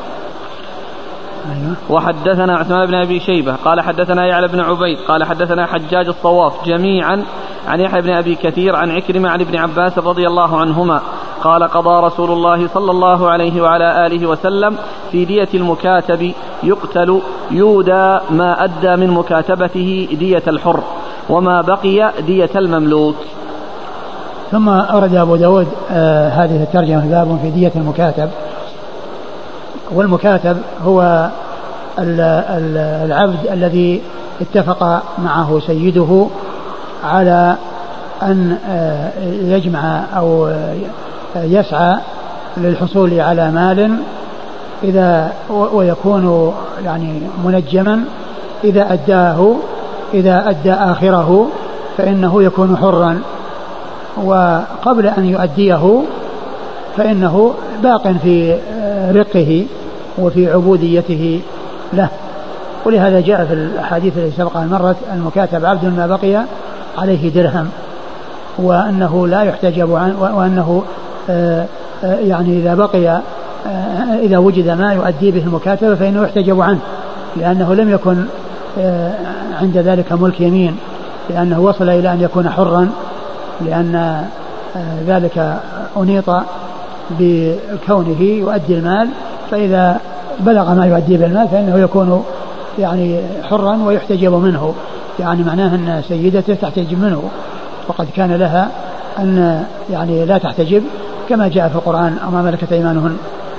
وحدثنا عثمان بن أبي شيبة قال حدثنا يعلى بن عبيد قال حدثنا حجاج الصواف جميعا عن يحيى بن أبي كثير عن عكرمة عن ابن عباس رضي الله عنهما قال قضى رسول الله صلى الله عليه وعلى آله وسلم في دية المكاتب يقتل يودى ما أدى من مكاتبته دية الحر وما بقي دية المملوك. ثم أورد أبو داود آه هذه الترجمة باب في دية المكاتب. والمكاتب هو العبد الذي اتفق معه سيده على أن يجمع أو يسعى للحصول على مال إذا ويكون يعني منجما إذا أداه إذا أدى آخره فإنه يكون حرا، وقبل أن يؤديه فإنه باق في رقه وفي عبوديته له. ولهذا جاء في الأحاديث التي سبق أن مرت المكاتب عبد ما بقي عليه درهم، وأنه لا يحتجب عنه، وأنه يعني إذا بقي إذا وجد ما يؤدي به المكاتبة فإنه يحتجب عنه، لأنه لم يكن عند ذلك ملك يمين، لأنه وصل إلى أن يكون حرا، لأن ذلك أنيط بكونه يؤدي المال، فإذا بلغ ما يؤدي بالمال فإنه يكون يعني حرا ويحتجب منه، يعني معناه أن سيدته تحتجب منه، وقد كان لها أن يعني لا تحتجب كما جاء في القرآن أما ملكت أيمانهن.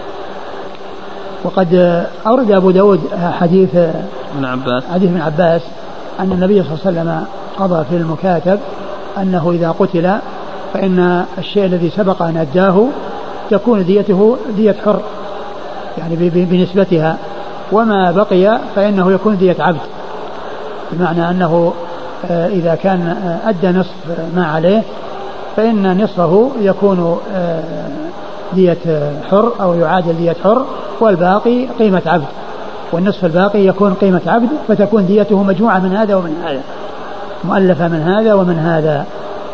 وقد أورد أبو داود حديث ابن عباس حديث ابن عباس أن النبي صلى الله عليه وسلم قضى في المكاتب أنه إذا قتل فإن الشيء الذي سبق أن أداه تكون ديته دية حر يعني بنسبتها، وما بقي فإنه يكون دية عبد، بمعنى أنه إذا كان أدى نصف ما عليه فإن نصفه يكون دية حر أو يعادل دية حر، والباقي قيمة عبد، والنصف الباقي يكون قيمة عبد، فتكون ديته مجموعة من هذا ومن هذا، مؤلفة من هذا ومن هذا.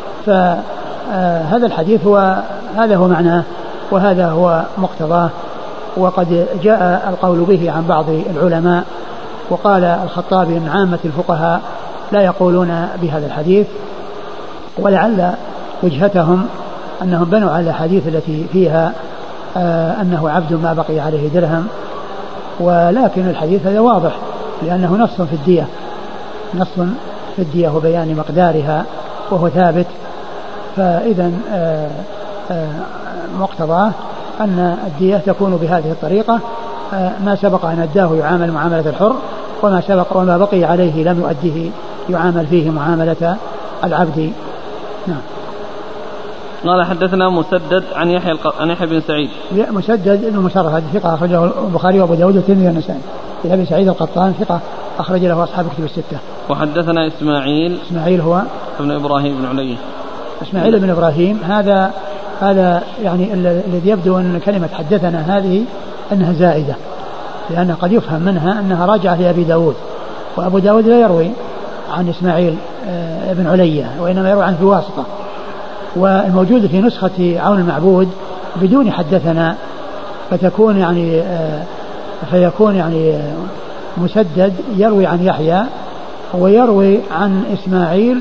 فهذا الحديث هو هذا هو معناه وهذا هو مقتضاه. وقد جاء القول به عن بعض العلماء، وقال الخطابي من عامة الفقهاء لا يقولون بهذا الحديث، ولعل وجهتهم أنهم بنوا على الحديث التي فيها آه أنه عبد ما بقي عليه درهم، ولكن الحديث هذا واضح لأنه نص في الدية، نص في الدية وبيان مقدارها وهو ثابت. فإذا آه آه مقتضاه أن الدية تكون بهذه الطريقة، آه ما سبق أن أداه يعامل معاملة الحر، وما سبق وما بقي عليه لم يؤديه يعامل فيه معاملة العبد. نعم. قال حدثنا مسدد عن يحيى عن يحيى بن سعيد. مسدد بن مسرف هذا ثقة أخرجه البخاري وأبو داود والترمذي والنسائي. يحيى بن سعيد القطان ثقة أخرج له أصحاب الكتب الستة. وحدثنا إسماعيل. إسماعيل هو ابن إبراهيم بن علية. إسماعيل بن إبراهيم هذا هذا يعني الذي يبدو أن كلمة حدثنا هذه أنها زائدة، لأن قد يفهم منها أنها راجعة لأبي داود، وأبو داود لا يروي عن إسماعيل بن علية وإنما يروي عنه بواسطة. والموجود في نسخة عون المعبود بدون حدثنا، فتكون يعني فيكون يعني مسدد يروي عن يحيى ويروي عن إسماعيل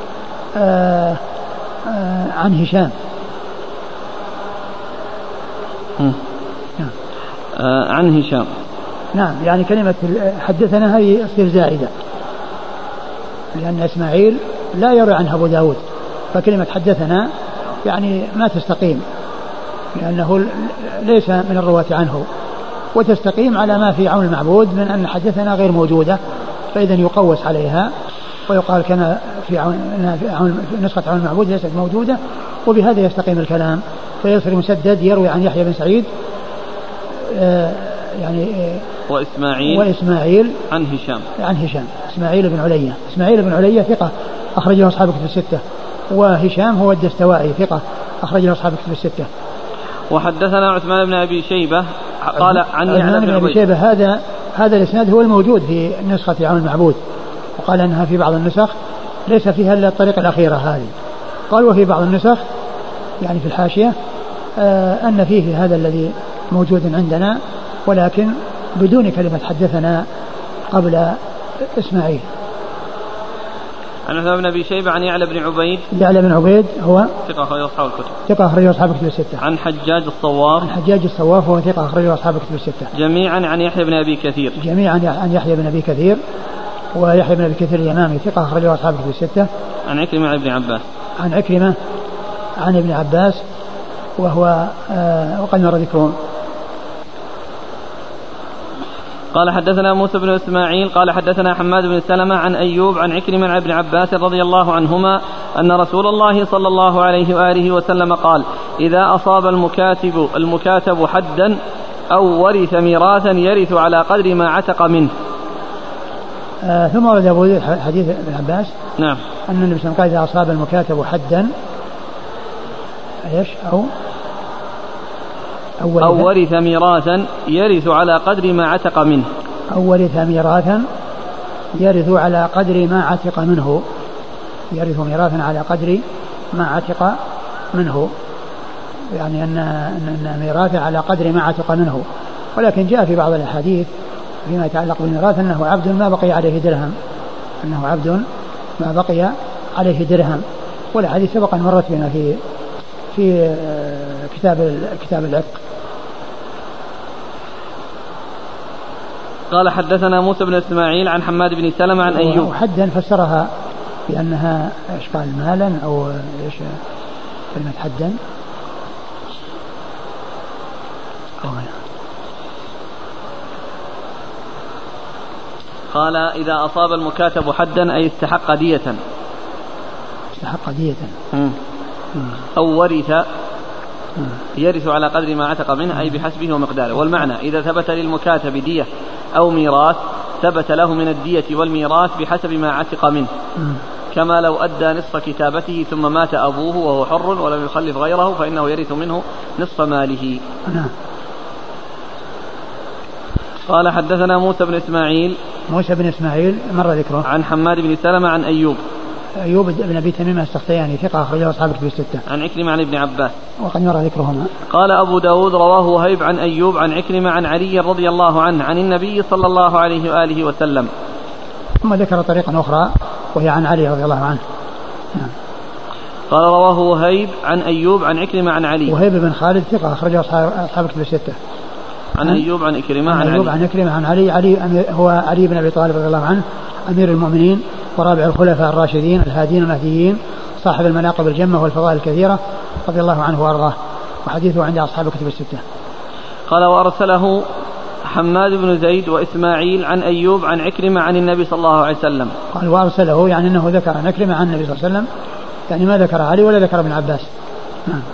عن هشام. عن هشام. نعم، يعني كلمة حدثنا هذه تصير زائدة. لأن إسماعيل لا يروي عنه أبو داود، فكلمة حدثنا يعني ما تستقيم لأنه ليس من الرواة عنه، وتستقيم على ما في عون المعبود من أن حدثنا غير موجودة، فإذا يقوس عليها ويقال كان في عون نسخة عون المعبود ليست موجودة، وبهذا يستقيم الكلام. فيصير مسدد يروي عن يحيى بن سعيد آه يعني آه وإسماعيل وإسماعيل عن هشام عن هشام إسماعيل بن علية إسماعيل بن علية ثقة أخرجه أصحاب الكتب الستة، وهشام هو الدستوائي ثقة أخرجه أصحاب الكتب الستة. وحدثنا عثمان بن أبي شيبة قال عن عثمان بن أبي شيبة هذا هذا الإسناد هو الموجود في نسخة عون المعبود، وقال أنها في بعض النسخ ليس فيها إلا الطريقة الأخيرة هذه. قال وفي بعض النسخ يعني في الحاشية آه أن فيه هذا الذي موجود عندنا ولكن بدون كلمة حدثنا قبل إسماعيل. عن عثمان بن أبي شيبة عن يعلى بن عبيد يعلى بن عبيد هو ثقة أخرجه أصحاب الكتب ثقة أخرجه أصحاب الكتب الستة. عن حجاج الصواف عن حجاج الصواف هو ثقة أخرجه أصحاب الكتب الستة. جميعا عن يحيى بن أبي كثير جميعا عن يحيى بن أبي كثير، ويحيى بن أبي كثير اليمامي ثقة أخرجه أصحاب الكتب الستة. عن عكرمة عن ابن عباس عن عكرمة عن ابن عباس وهو آه وقد مر ذكره. قال حدثنا موسى بن إسماعيل قال حدثنا حماد بن سلمة عن أيوب عن عكرمة عن ابن عباس رضي الله عنهما أن رسول الله صلى الله عليه وآله وسلم قال إذا أصاب المكاتب المكاتب حدا أو ورث ميراثا يرث على قدر ما عتق منه. آه ثم ورد أبو ذر حديث ابن عباس نعم أن النبي صلى الله عليه وسلم قال إذا أصاب المكاتب حدا إيش أو أو, أو ورث ميراثا يرث على قدر ما عتق منه أو ورث ميراثا يرث على قدر ما عتق منه يرث ميراثا على قدر ما عتق منه، يعني أن أن ميراثه على قدر ما عتق منه. ولكن جاء في بعض الأحاديث فيما يتعلق بالميراث أنه عبد ما بقي عليه درهم أنه عبد ما بقي عليه درهم، والحديث سبق أن مرت بنا في في كتاب كتاب العتق. قال حدثنا موسى بن إسماعيل عن حماد بن سلمة عن أيوب. وحدا فسرها بأنها إيش قال مالا أو إيش كلمة حدا قال إذا أصاب المكاتب حدا أي استحق دية استحق دية أو ورث يرث على قدر ما عتق منه أي بحسبه ومقداره. والمعنى إذا ثبت للمكاتب دية أو ميراث ثبت له من الدية والميراث بحسب ما عتق منه، كما لو أدى نصف كتابته ثم مات أبوه وهو حر ولم يخلف غيره فإنه يرث منه نصف ماله. قال حدثنا موسى بن إسماعيل موسى بن إسماعيل مر ذكره عن حماد بن سلمة عن أيوب أيوب بن أبي تميم السختياني ثقة أخرجه أصحاب الكتب الستة. عن عكرمة عن ابن عباس وقد مر ذكرهما. قال أبو داود رواه وهيب عن أيوب عن عكرمة عن علي رضي الله عنه عن النبي صلى الله عليه وآله وسلم. ثم ذكر طريقا أخرى وهي عن علي رضي الله عنه. نعم. قال رواه وهيب عن أيوب عن عكرمة عن علي. وهيب بن خالد ثقة أخرجه أصحاب الكتب الستة. عن أيوب عن عكرمة عن, عن أيوب عن عكرمة عن علي. علي هو علي بن أبي طالب رضي الله عنه أمير المؤمنين ورابع الخلفاء الراشدين الهادين المهديين صاحب المناقب الجمة والفضائل الكثيرة رضي الله عنه وأرضاه، وحديثه عند أصحاب الكتب الستة. قال وأرسله حماد بن زيد وإسماعيل عن أيوب عن عكرمة عن النبي صلى الله عليه وسلم. قال وأرسله يعني أنه ذكر عن عكرمة عن النبي صلى الله عليه وسلم، يعني ما ذكر علي ولا ذكر ابن عباس. نعم.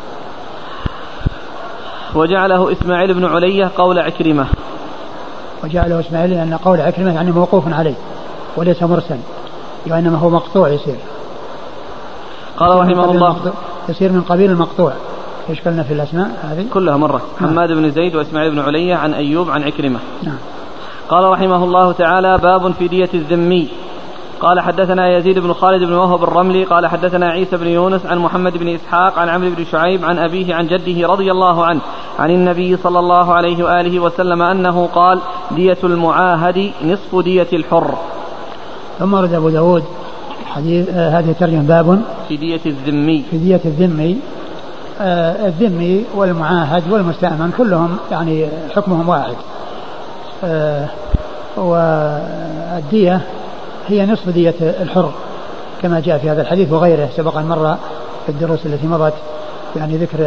وجعله إسماعيل بن علية قول عكرمة. وجعله إسماعيل لأن قول عكرمة يعني موقوف عليه وليس مرسل، وإنما هو مقطوع يصير. قال رحمه الله يصير من قبيل المقطوع. ايش قلنا في الأسماء هذه كلها مرة؟ حماد بن زيد وإسماعيل بن علية عن أيوب عن عكرمة. نعم. قال رحمه الله تعالى باب في دية الذمي. قال حدثنا يزيد بن خالد بن وهب الرملي قال حدثنا عيسى بن يونس عن محمد بن إسحاق عن عمرو بن شعيب عن أبيه عن جده رضي الله عنه عن النبي صلى الله عليه وآله وسلم أنه قال دية المعاهد نصف دية الحر. ثم ورد أبو داود حديث آه هذه ترجمة باب في دية الذمي. في دية الذمي. آه الذمي والمعاهد والمستأمن كلهم يعني حكمهم واحد. آه والدية هي نصف دية الحر كما جاء في هذا الحديث وغيره سبق أن مر في الدروس التي مضت يعني ذكر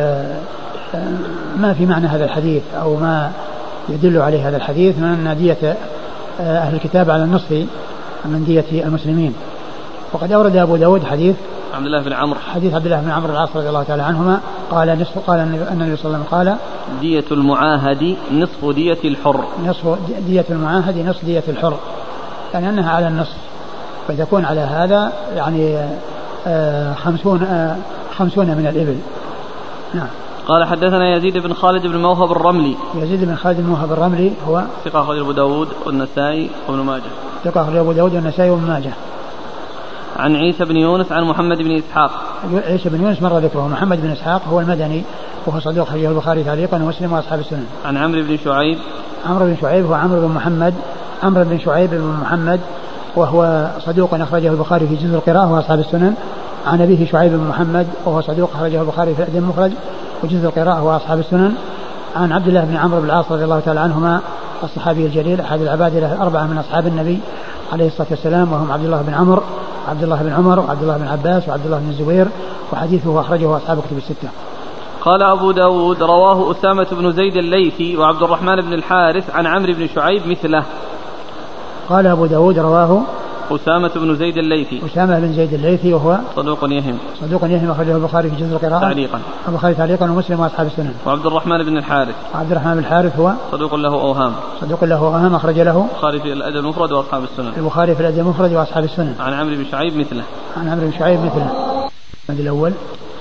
ما في معنى هذا الحديث أو ما يدل عليه هذا الحديث من أن دية أهل الكتاب على النصف من دية المسلمين. وقد أورد أبو داود حديث عبد الله بن عمرو حديث عبد الله بن عمرو العاص رضي الله تعالى عنهما قال نصف قال أن النبي صلى الله عليه وسلم قال دية المعاهد نصف دية الحر نصف دية المعاهد نصف دية الحر يعني أنها على النصف فتكون على هذا يعني آه خمسون آه خمسون من الإبل. نعم. قال حدثنا يزيد بن خالد بن موهب الرملي. يزيد بن خالد بن موهب الرملي هو ثقة أخرجه أبو داود والنسائي وابن ماجه. ثقة أخرجه أبو داود والنسائي وابن ماجه. عن عيسى بن يونس عن محمد بن إسحاق. عيسى بن يونس مر ذكره. محمد بن إسحاق هو المدني وهو صدوق أخرجه البخاري تعليقا ومسلم وأصحاب السنن. عن عمرو بن شعيب. عمرو بن شعيب هو عمرو بن محمد عمرو بن شعيب بن محمد وهو صدوق أخرجه البخاري في جزء القراءة وأصحاب السنن. عن أبيه شعيب بن محمد وهو صدوق أخرجه البخاري في الأدب المفرد وجزء القراءة وأصحاب السنن. عن عبد الله بن عمرو بن العاص رضي الله تعالى عنهما الصحابي الجليل أحد العبادلة الأربعة من أصحاب النبي عليه الصلاة والسلام وهم عبد الله بن عمرو وعبد الله بن عمر وعبد الله بن عباس وعبد الله بن الزبير وحديثه أخرجه أصحاب كتب الستة. قال أبو داود رواه أسامة بن زيد الليثي وعبد الرحمن بن الحارث عن عمرو بن شعيب مثله. قال أبو داود رواه أسامة بن زيد الليثي أسامة بن زيد الليثي وهو صدوق يهم صدوق يهم أخرجه البخاري في جزء القراءة تعليقا البخاري تعليقا ومسلم وأصحاب السنن. وعبد الرحمن بن الحارث وعبد الرحمن بن الحارث هو صدوق له أوهام صدوق له أوهام أخرج له البخاري في الأدب المفرد وأصحاب السنن البخاري في الأدب المفرد وأصحاب السنن. عن عمرو بن شعيب مثله. عن عمرو بن شعيب مثله. الأول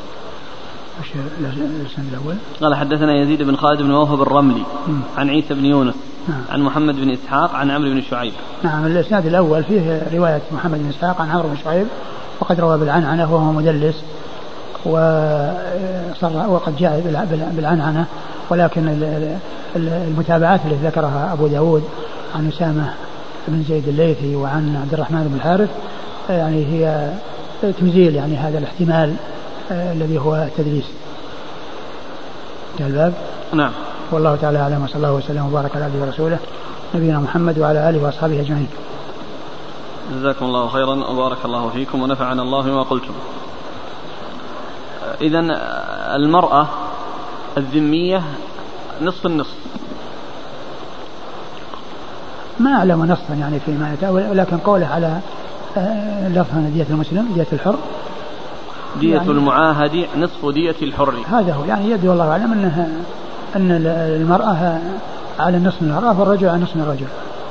وش السند الأول؟ قال حدثنا يزيد بن خالد بن موهب الرملي م. عن عيسى بن يونس نعم. عن محمد بن إسحاق عن عمرو بن شعيب. نعم. الإسناد الأول فيه رواية محمد بن إسحاق عن عمرو بن شعيب وقد روى بالعنعنة وهو مدلس وصر وقد جاء بالعنعنة ولكن المتابعات التي ذكرها أبو داود عن أسامة بن زيد الليثي وعن عبد الرحمن بن الحارث يعني هي تزيل يعني هذا الاحتمال الذي هو التدليس. الباب. نعم. والله تعالى أعلم وصلى الله وسلم وبارك على عبده ورسوله نبينا محمد وعلى آله وأصحابه أجمعين. جزاكم الله خيرا وبارك الله فيكم ونفعنا الله بما قلتم. إذن المرأة الذمية نصف النصف. ما أعلم نصفا يعني فيما يتأول ولكن قوله على لفظا دية المسلم دية الحر دية يعني المعاهد نصف دية الحر. هذا هو يعني يدعو الله أعلم أنها أن المرأة على النصف من المرأة والرجل على النصف من الرجل.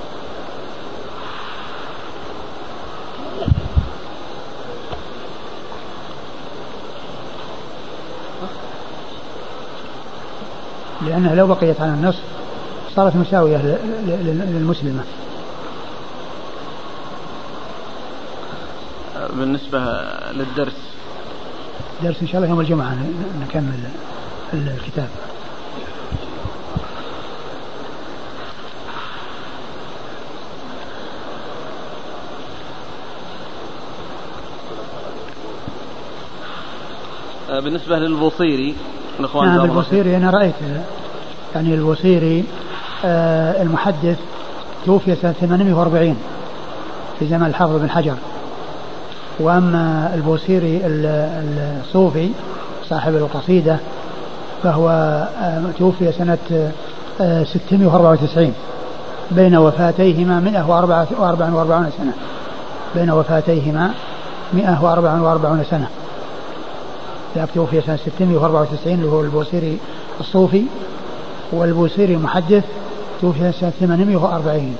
لأنها لو بقيت على النصف صارت مساوية للمسلمة. بالنسبة للدرس درس إن شاء الله يوم الجمعة نكمل الكتاب. بالنسبة للبوصيري نعم البوصيري أنا رأيت يعني البوصيري آه المحدث توفي سنة ثمانمائة وأربعين في زمن الحافظ بن حجر. وأما البوصيري الصوفي صاحب القصيدة فهو آه توفي سنة آه ستمائة وأربعة وتسعين بين وفاتيهما مئة وأربعة وأربعين سنة بين وفاتيهما مئة وأربعة وأربعين سنة. ذاك توفي سنة ستمائة وأربعة وتسعين اللي هو البوصيري الصوفي والبوصيري المحدث توفي سنة ثمانمائة وأربعين.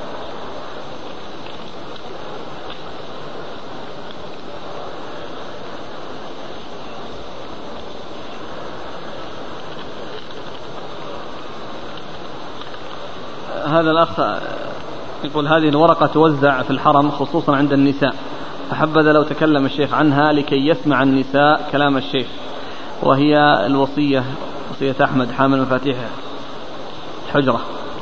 هذا الأخ يقول هذه الورقة توزع في الحرم خصوصا عند النساء فحبذا لو تكلم الشيخ عنها لكي يسمع النساء كلام الشيخ وهي الوصية وصية أحمد حامل مفاتيح الحجرة.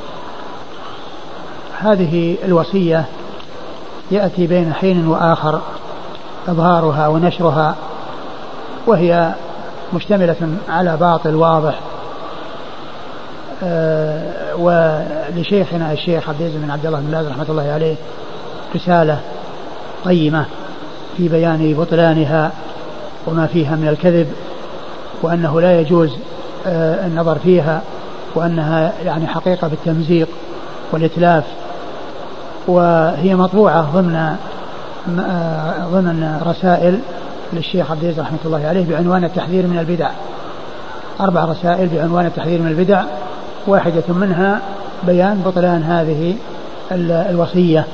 هذه الوصية يأتي بين حين وآخر إظهارها ونشرها وهي مشتملة على باطل واضح. أه ولشيخنا الشيخ عبد العزيز بن عبد الله بن باز رحمة الله عليه رسالة قيمة في بيان بطلانها وما فيها من الكذب، وأنه لا يجوز النظر فيها، وأنها يعني حقيقة بالتمزيق والإتلاف، وهي مطبوعة ضمن ضمن رسائل للشيخ عبد العزيز رحمة الله عليه بعنوان التحذير من البدع. أربع رسائل بعنوان التحذير من البدع، واحدة منها بيان بطلان هذه الوصية.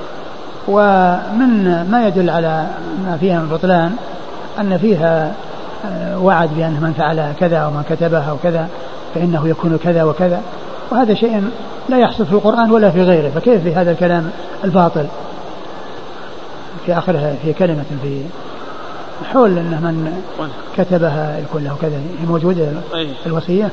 ومن ما يدل على ما فيها من بطلان أن فيها وعد بأن من فعل كذا ومن كتبها وكذا فإنه يكون كذا وكذا، وهذا شيء لا يحصل في القرآن ولا في غيره، فكيف في هذا الكلام الباطل في آخرها في كلمة في حول أن من كتبها يكون له كذا موجودة الوصية.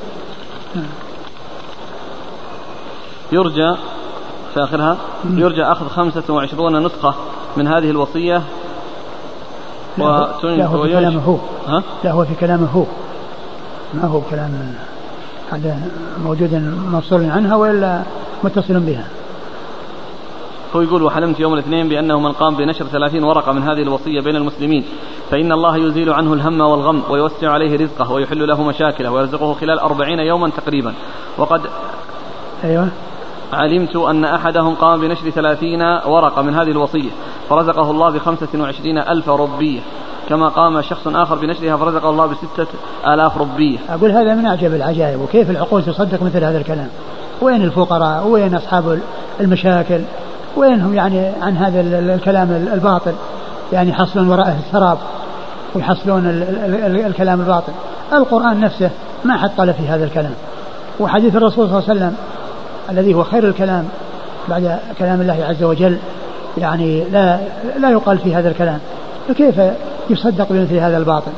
يرجى في آخرها يرجى أخذ خمسة وعشرون نسخة من هذه الوصية. لا, لا هو في كلامه هو ها؟ لا هو في كلامه هو، ما هو كلام هذا موجود مفصول عنها وإلا متصل بها. هو يقول: وحلمت يوم الاثنين بأنه من قام بنشر ثلاثين ورقة من هذه الوصية بين المسلمين فإن الله يزيل عنه الهم والغم ويوسع عليه رزقه ويحل له مشاكله ويرزقه خلال أربعين يوما تقريبا. وقد أيوة علمت أن أحدهم قام بنشر ثلاثين ورقة من هذه الوصية فرزقه الله بخمسة وعشرين ألف ربية، كما قام شخص آخر بنشرها فرزقه الله بستة آلاف ربية. أقول هذا من أعجب العجائب، وكيف العقول تصدق مثل هذا الكلام؟ وين الفقراء وين أصحاب المشاكل وينهم يعني عن هذا الكلام الباطل؟ يعني يحصلون وراءه السراب ويحصلون الكلام الباطل. القرآن نفسه ما حد طلب في هذا الكلام، وحديث الرسول صلى الله عليه وسلم الذي هو خير الكلام بعد كلام الله عز وجل يعني لا لا يقال في هذا الكلام، فكيف يصدق بمثل هذا الباطل؟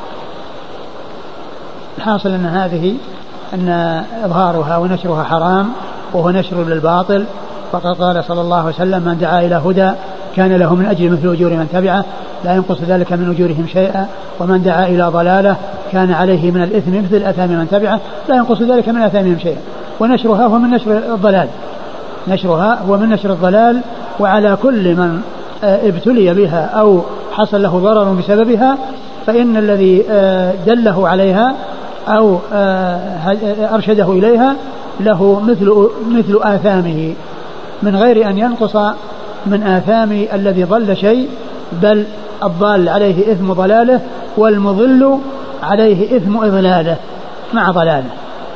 الحاصل أن هذه أن إظهارها ونشرها حرام وهو نشر للباطل. فقد قال صلى الله عليه وسلم: من دعا إلى هدى كان له من أجل مثل أجور من تبعه لا ينقص ذلك من أجورهم شيئا، ومن دعا إلى ضلالة كان عليه من الإثم مثل الأثام من تبعه لا ينقص ذلك من أثامهم شيئا. ونشرها هو من نشر الضلال، نشرها هو من نشر الضلال. وعلى كل من ابتلي بها أو حصل له ضرر بسببها فإن الذي دله عليها أو أرشده إليها له مثل مثل آثامه من غير أن ينقص من آثام الذي ضل شيء، بل الضال عليه إثم ضلاله والمضل عليه إثم إضلاله مع ضلاله.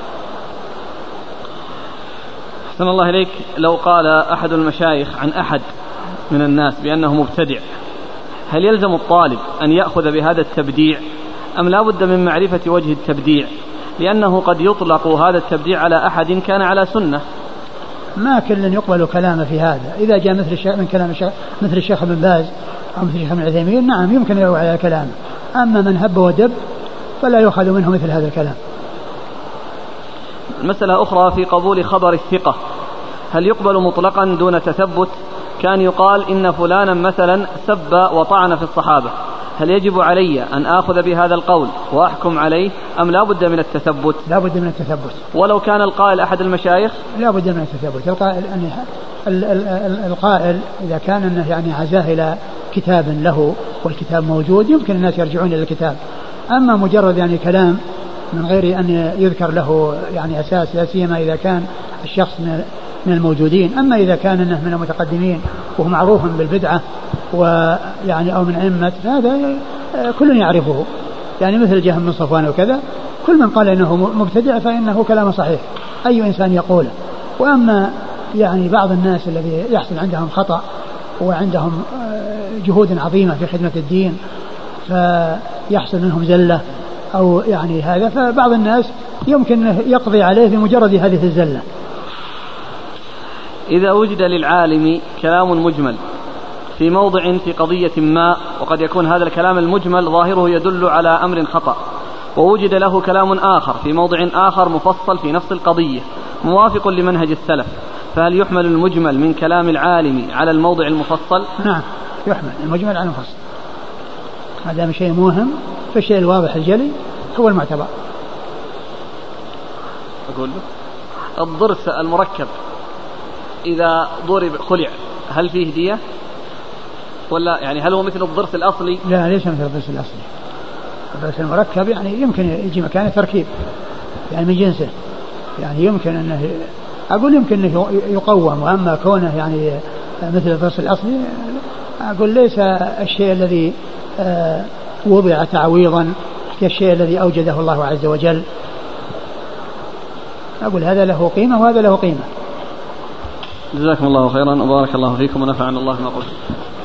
أحسن الله إليك. لو قال أحد المشايخ عن أحد من الناس بأنه مبتدع، هل يلزم الطالب أن يأخذ بهذا التبديع أم لا بد من معرفة وجه التبديع؟ لأنه قد يطلق هذا التبديع على أحد كان على سنة. ما كل يقبل كلامه في هذا. إذا جاء مثل الشيخ من كلام الشيخ مثل الشيخ ابن باز أو مثل الشيخ ابن عثيمين نعم يمكن يروع على كلامه، أما من هب ودب فلا يؤخذ منه مثل هذا الكلام. مسألة أخرى في قبول خبر الثقة، هل يقبل مطلقا دون تثبت؟ كان يقال إن فلانا مثلا سب وطعن في الصحابة، هل يجب علي أن آخذ بهذا القول وأحكم عليه أم لا بد من التثبت؟ لا بد من التثبت. ولو كان القائل أحد المشايخ؟ لا بد من التثبت. القائل, القائل إذا كان أنه يعني عزاه إلى كتاب له والكتاب موجود يمكن الناس يرجعون إلى الكتاب. أما مجرد يعني كلام من غير أن يذكر له يعني أساس، لا سيما إذا كان الشخص من الموجودين. أما إذا كان أنه من المتقدمين وهو معروف بالبدعة ويعني أو من أئمة هذا كل يعرفه، يعني مثل جهم من صفوان وكذا، كل من قال إنه مبتدع فإنه كلام صحيح أي إنسان يقوله. وأما يعني بعض الناس الذي يحصل عندهم خطأ وعندهم جهود عظيمة في خدمة الدين فيحصل منهم زلة أو يعني هذا، فبعض الناس يمكن يقضي عليه بمجرد هذه الزلة. إذا وجد للعالم كلام مجمل في موضع في قضية ما، وقد يكون هذا الكلام المجمل ظاهره يدل على أمر خطأ، ووجد له كلام آخر في موضع آخر مفصل في نفس القضية موافق لمنهج السلف، فهل يحمل المجمل من كلام العالم على الموضع المفصل؟ نعم يحمل المجمل على المفصل، ما دام شيء مهم فالشيء الواضح الجلي هو المعتبر. أقول الضرس المركب إذا ضرب خلع هل فيه دية؟ ولا يعني هل هو مثل الضرس الأصلي؟ لا ليس مثل الضرس الأصلي. الضرس المركب يعني يمكن يجي مكانه تركيب يعني من جنسه، يعني يمكن أنه أقول يمكن أنه يقوم، وأما كونه يعني مثل الضرس الأصلي أقول ليس الشيء الذي وضع تعويضا كالشيء الذي أوجده الله عز وجل. أقول هذا له قيمة وهذا له قيمة. جزاكم الله خيرا وبارك الله فيكم ونفعنا الله ما قلت.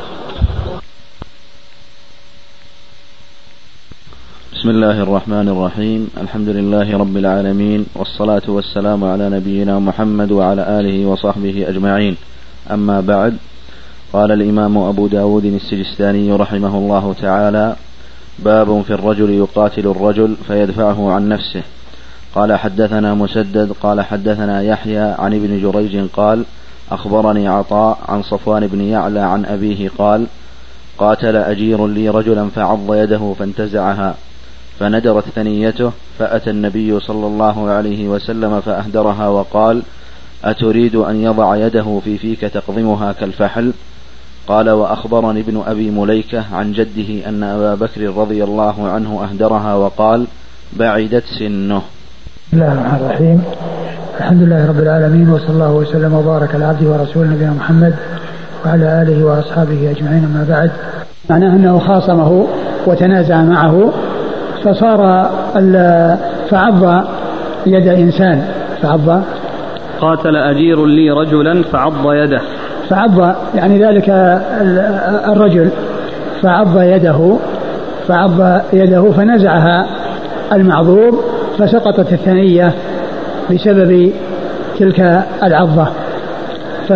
بسم الله الرحمن الرحيم. الحمد لله رب العالمين، والصلاة والسلام على نبينا محمد وعلى آله وصحبه أجمعين. أما بعد، قال الإمام أبو داود السجستاني رحمه الله تعالى: باب في الرجل يقاتل الرجل فيدفعه عن نفسه. قال: حدثنا مسدد قال حدثنا يحيى عن ابن جريج قال: أخبرني عطاء عن صفوان بن يعلى عن أبيه قال: قاتل أجير لي رجلا فعض يده فانتزعها فندرت ثنيته، فأتى النبي صلى الله عليه وسلم فأهدرها وقال: أتريد أن يضع يده في فيك تقضمها كالفحل؟ قال: وأخبرني ابن أبي مليكة عن جده أن أبا بكر رضي الله عنه أهدرها وقال: بعدت سنه. بسم الله الرحمن الرحيم. الحمد لله رب العالمين، وصلى الله وسلم وبارك على عبده ورسوله نبينا محمد وعلى آله وأصحابه أجمعين. أما بعد، معناه أنه خاصمه وتنازع معه فصار فعض يد إنسان. فعض قاتل أجير لي رجلا فعض يده، فعض يعني ذلك الرجل فعض يده فعض يده فنزعها المعضوب فسقطت الثنية بسبب تلك العضة. ف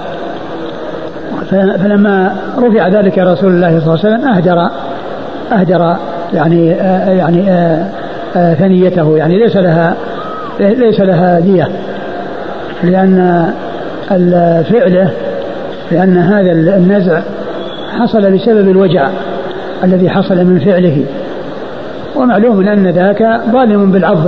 فلما رفع ذلك رسول الله صلى الله عليه وسلم أهدر أهدر يعني يعني ثنيته، يعني ليس لها ليس لها دية، لأن الفعل لأن هذا النزع حصل بسبب الوجع الذي حصل من فعله، ومعلوم أن ذاك ظالم بالعض،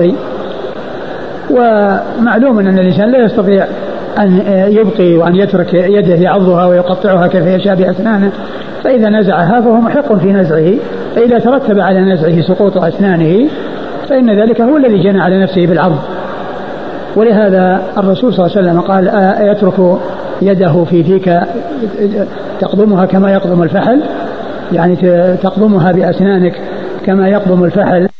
ومعلوم أن الإنسان لا يستطيع أن يبقي وأن يترك يده يعضها ويقطعها كيف يشاء بأسنانه، فإذا نزعها فهو محق في نزعه، فإذا ترتب على نزعه سقوط أسنانه فإن ذلك هو الذي جنى على نفسه بالعض. ولهذا الرسول صلى الله عليه وسلم قال: يترك يده في فيك تقضمها كما يقضم الفحل، يعني تقضمها بأسنانك كما يقضم الفحل.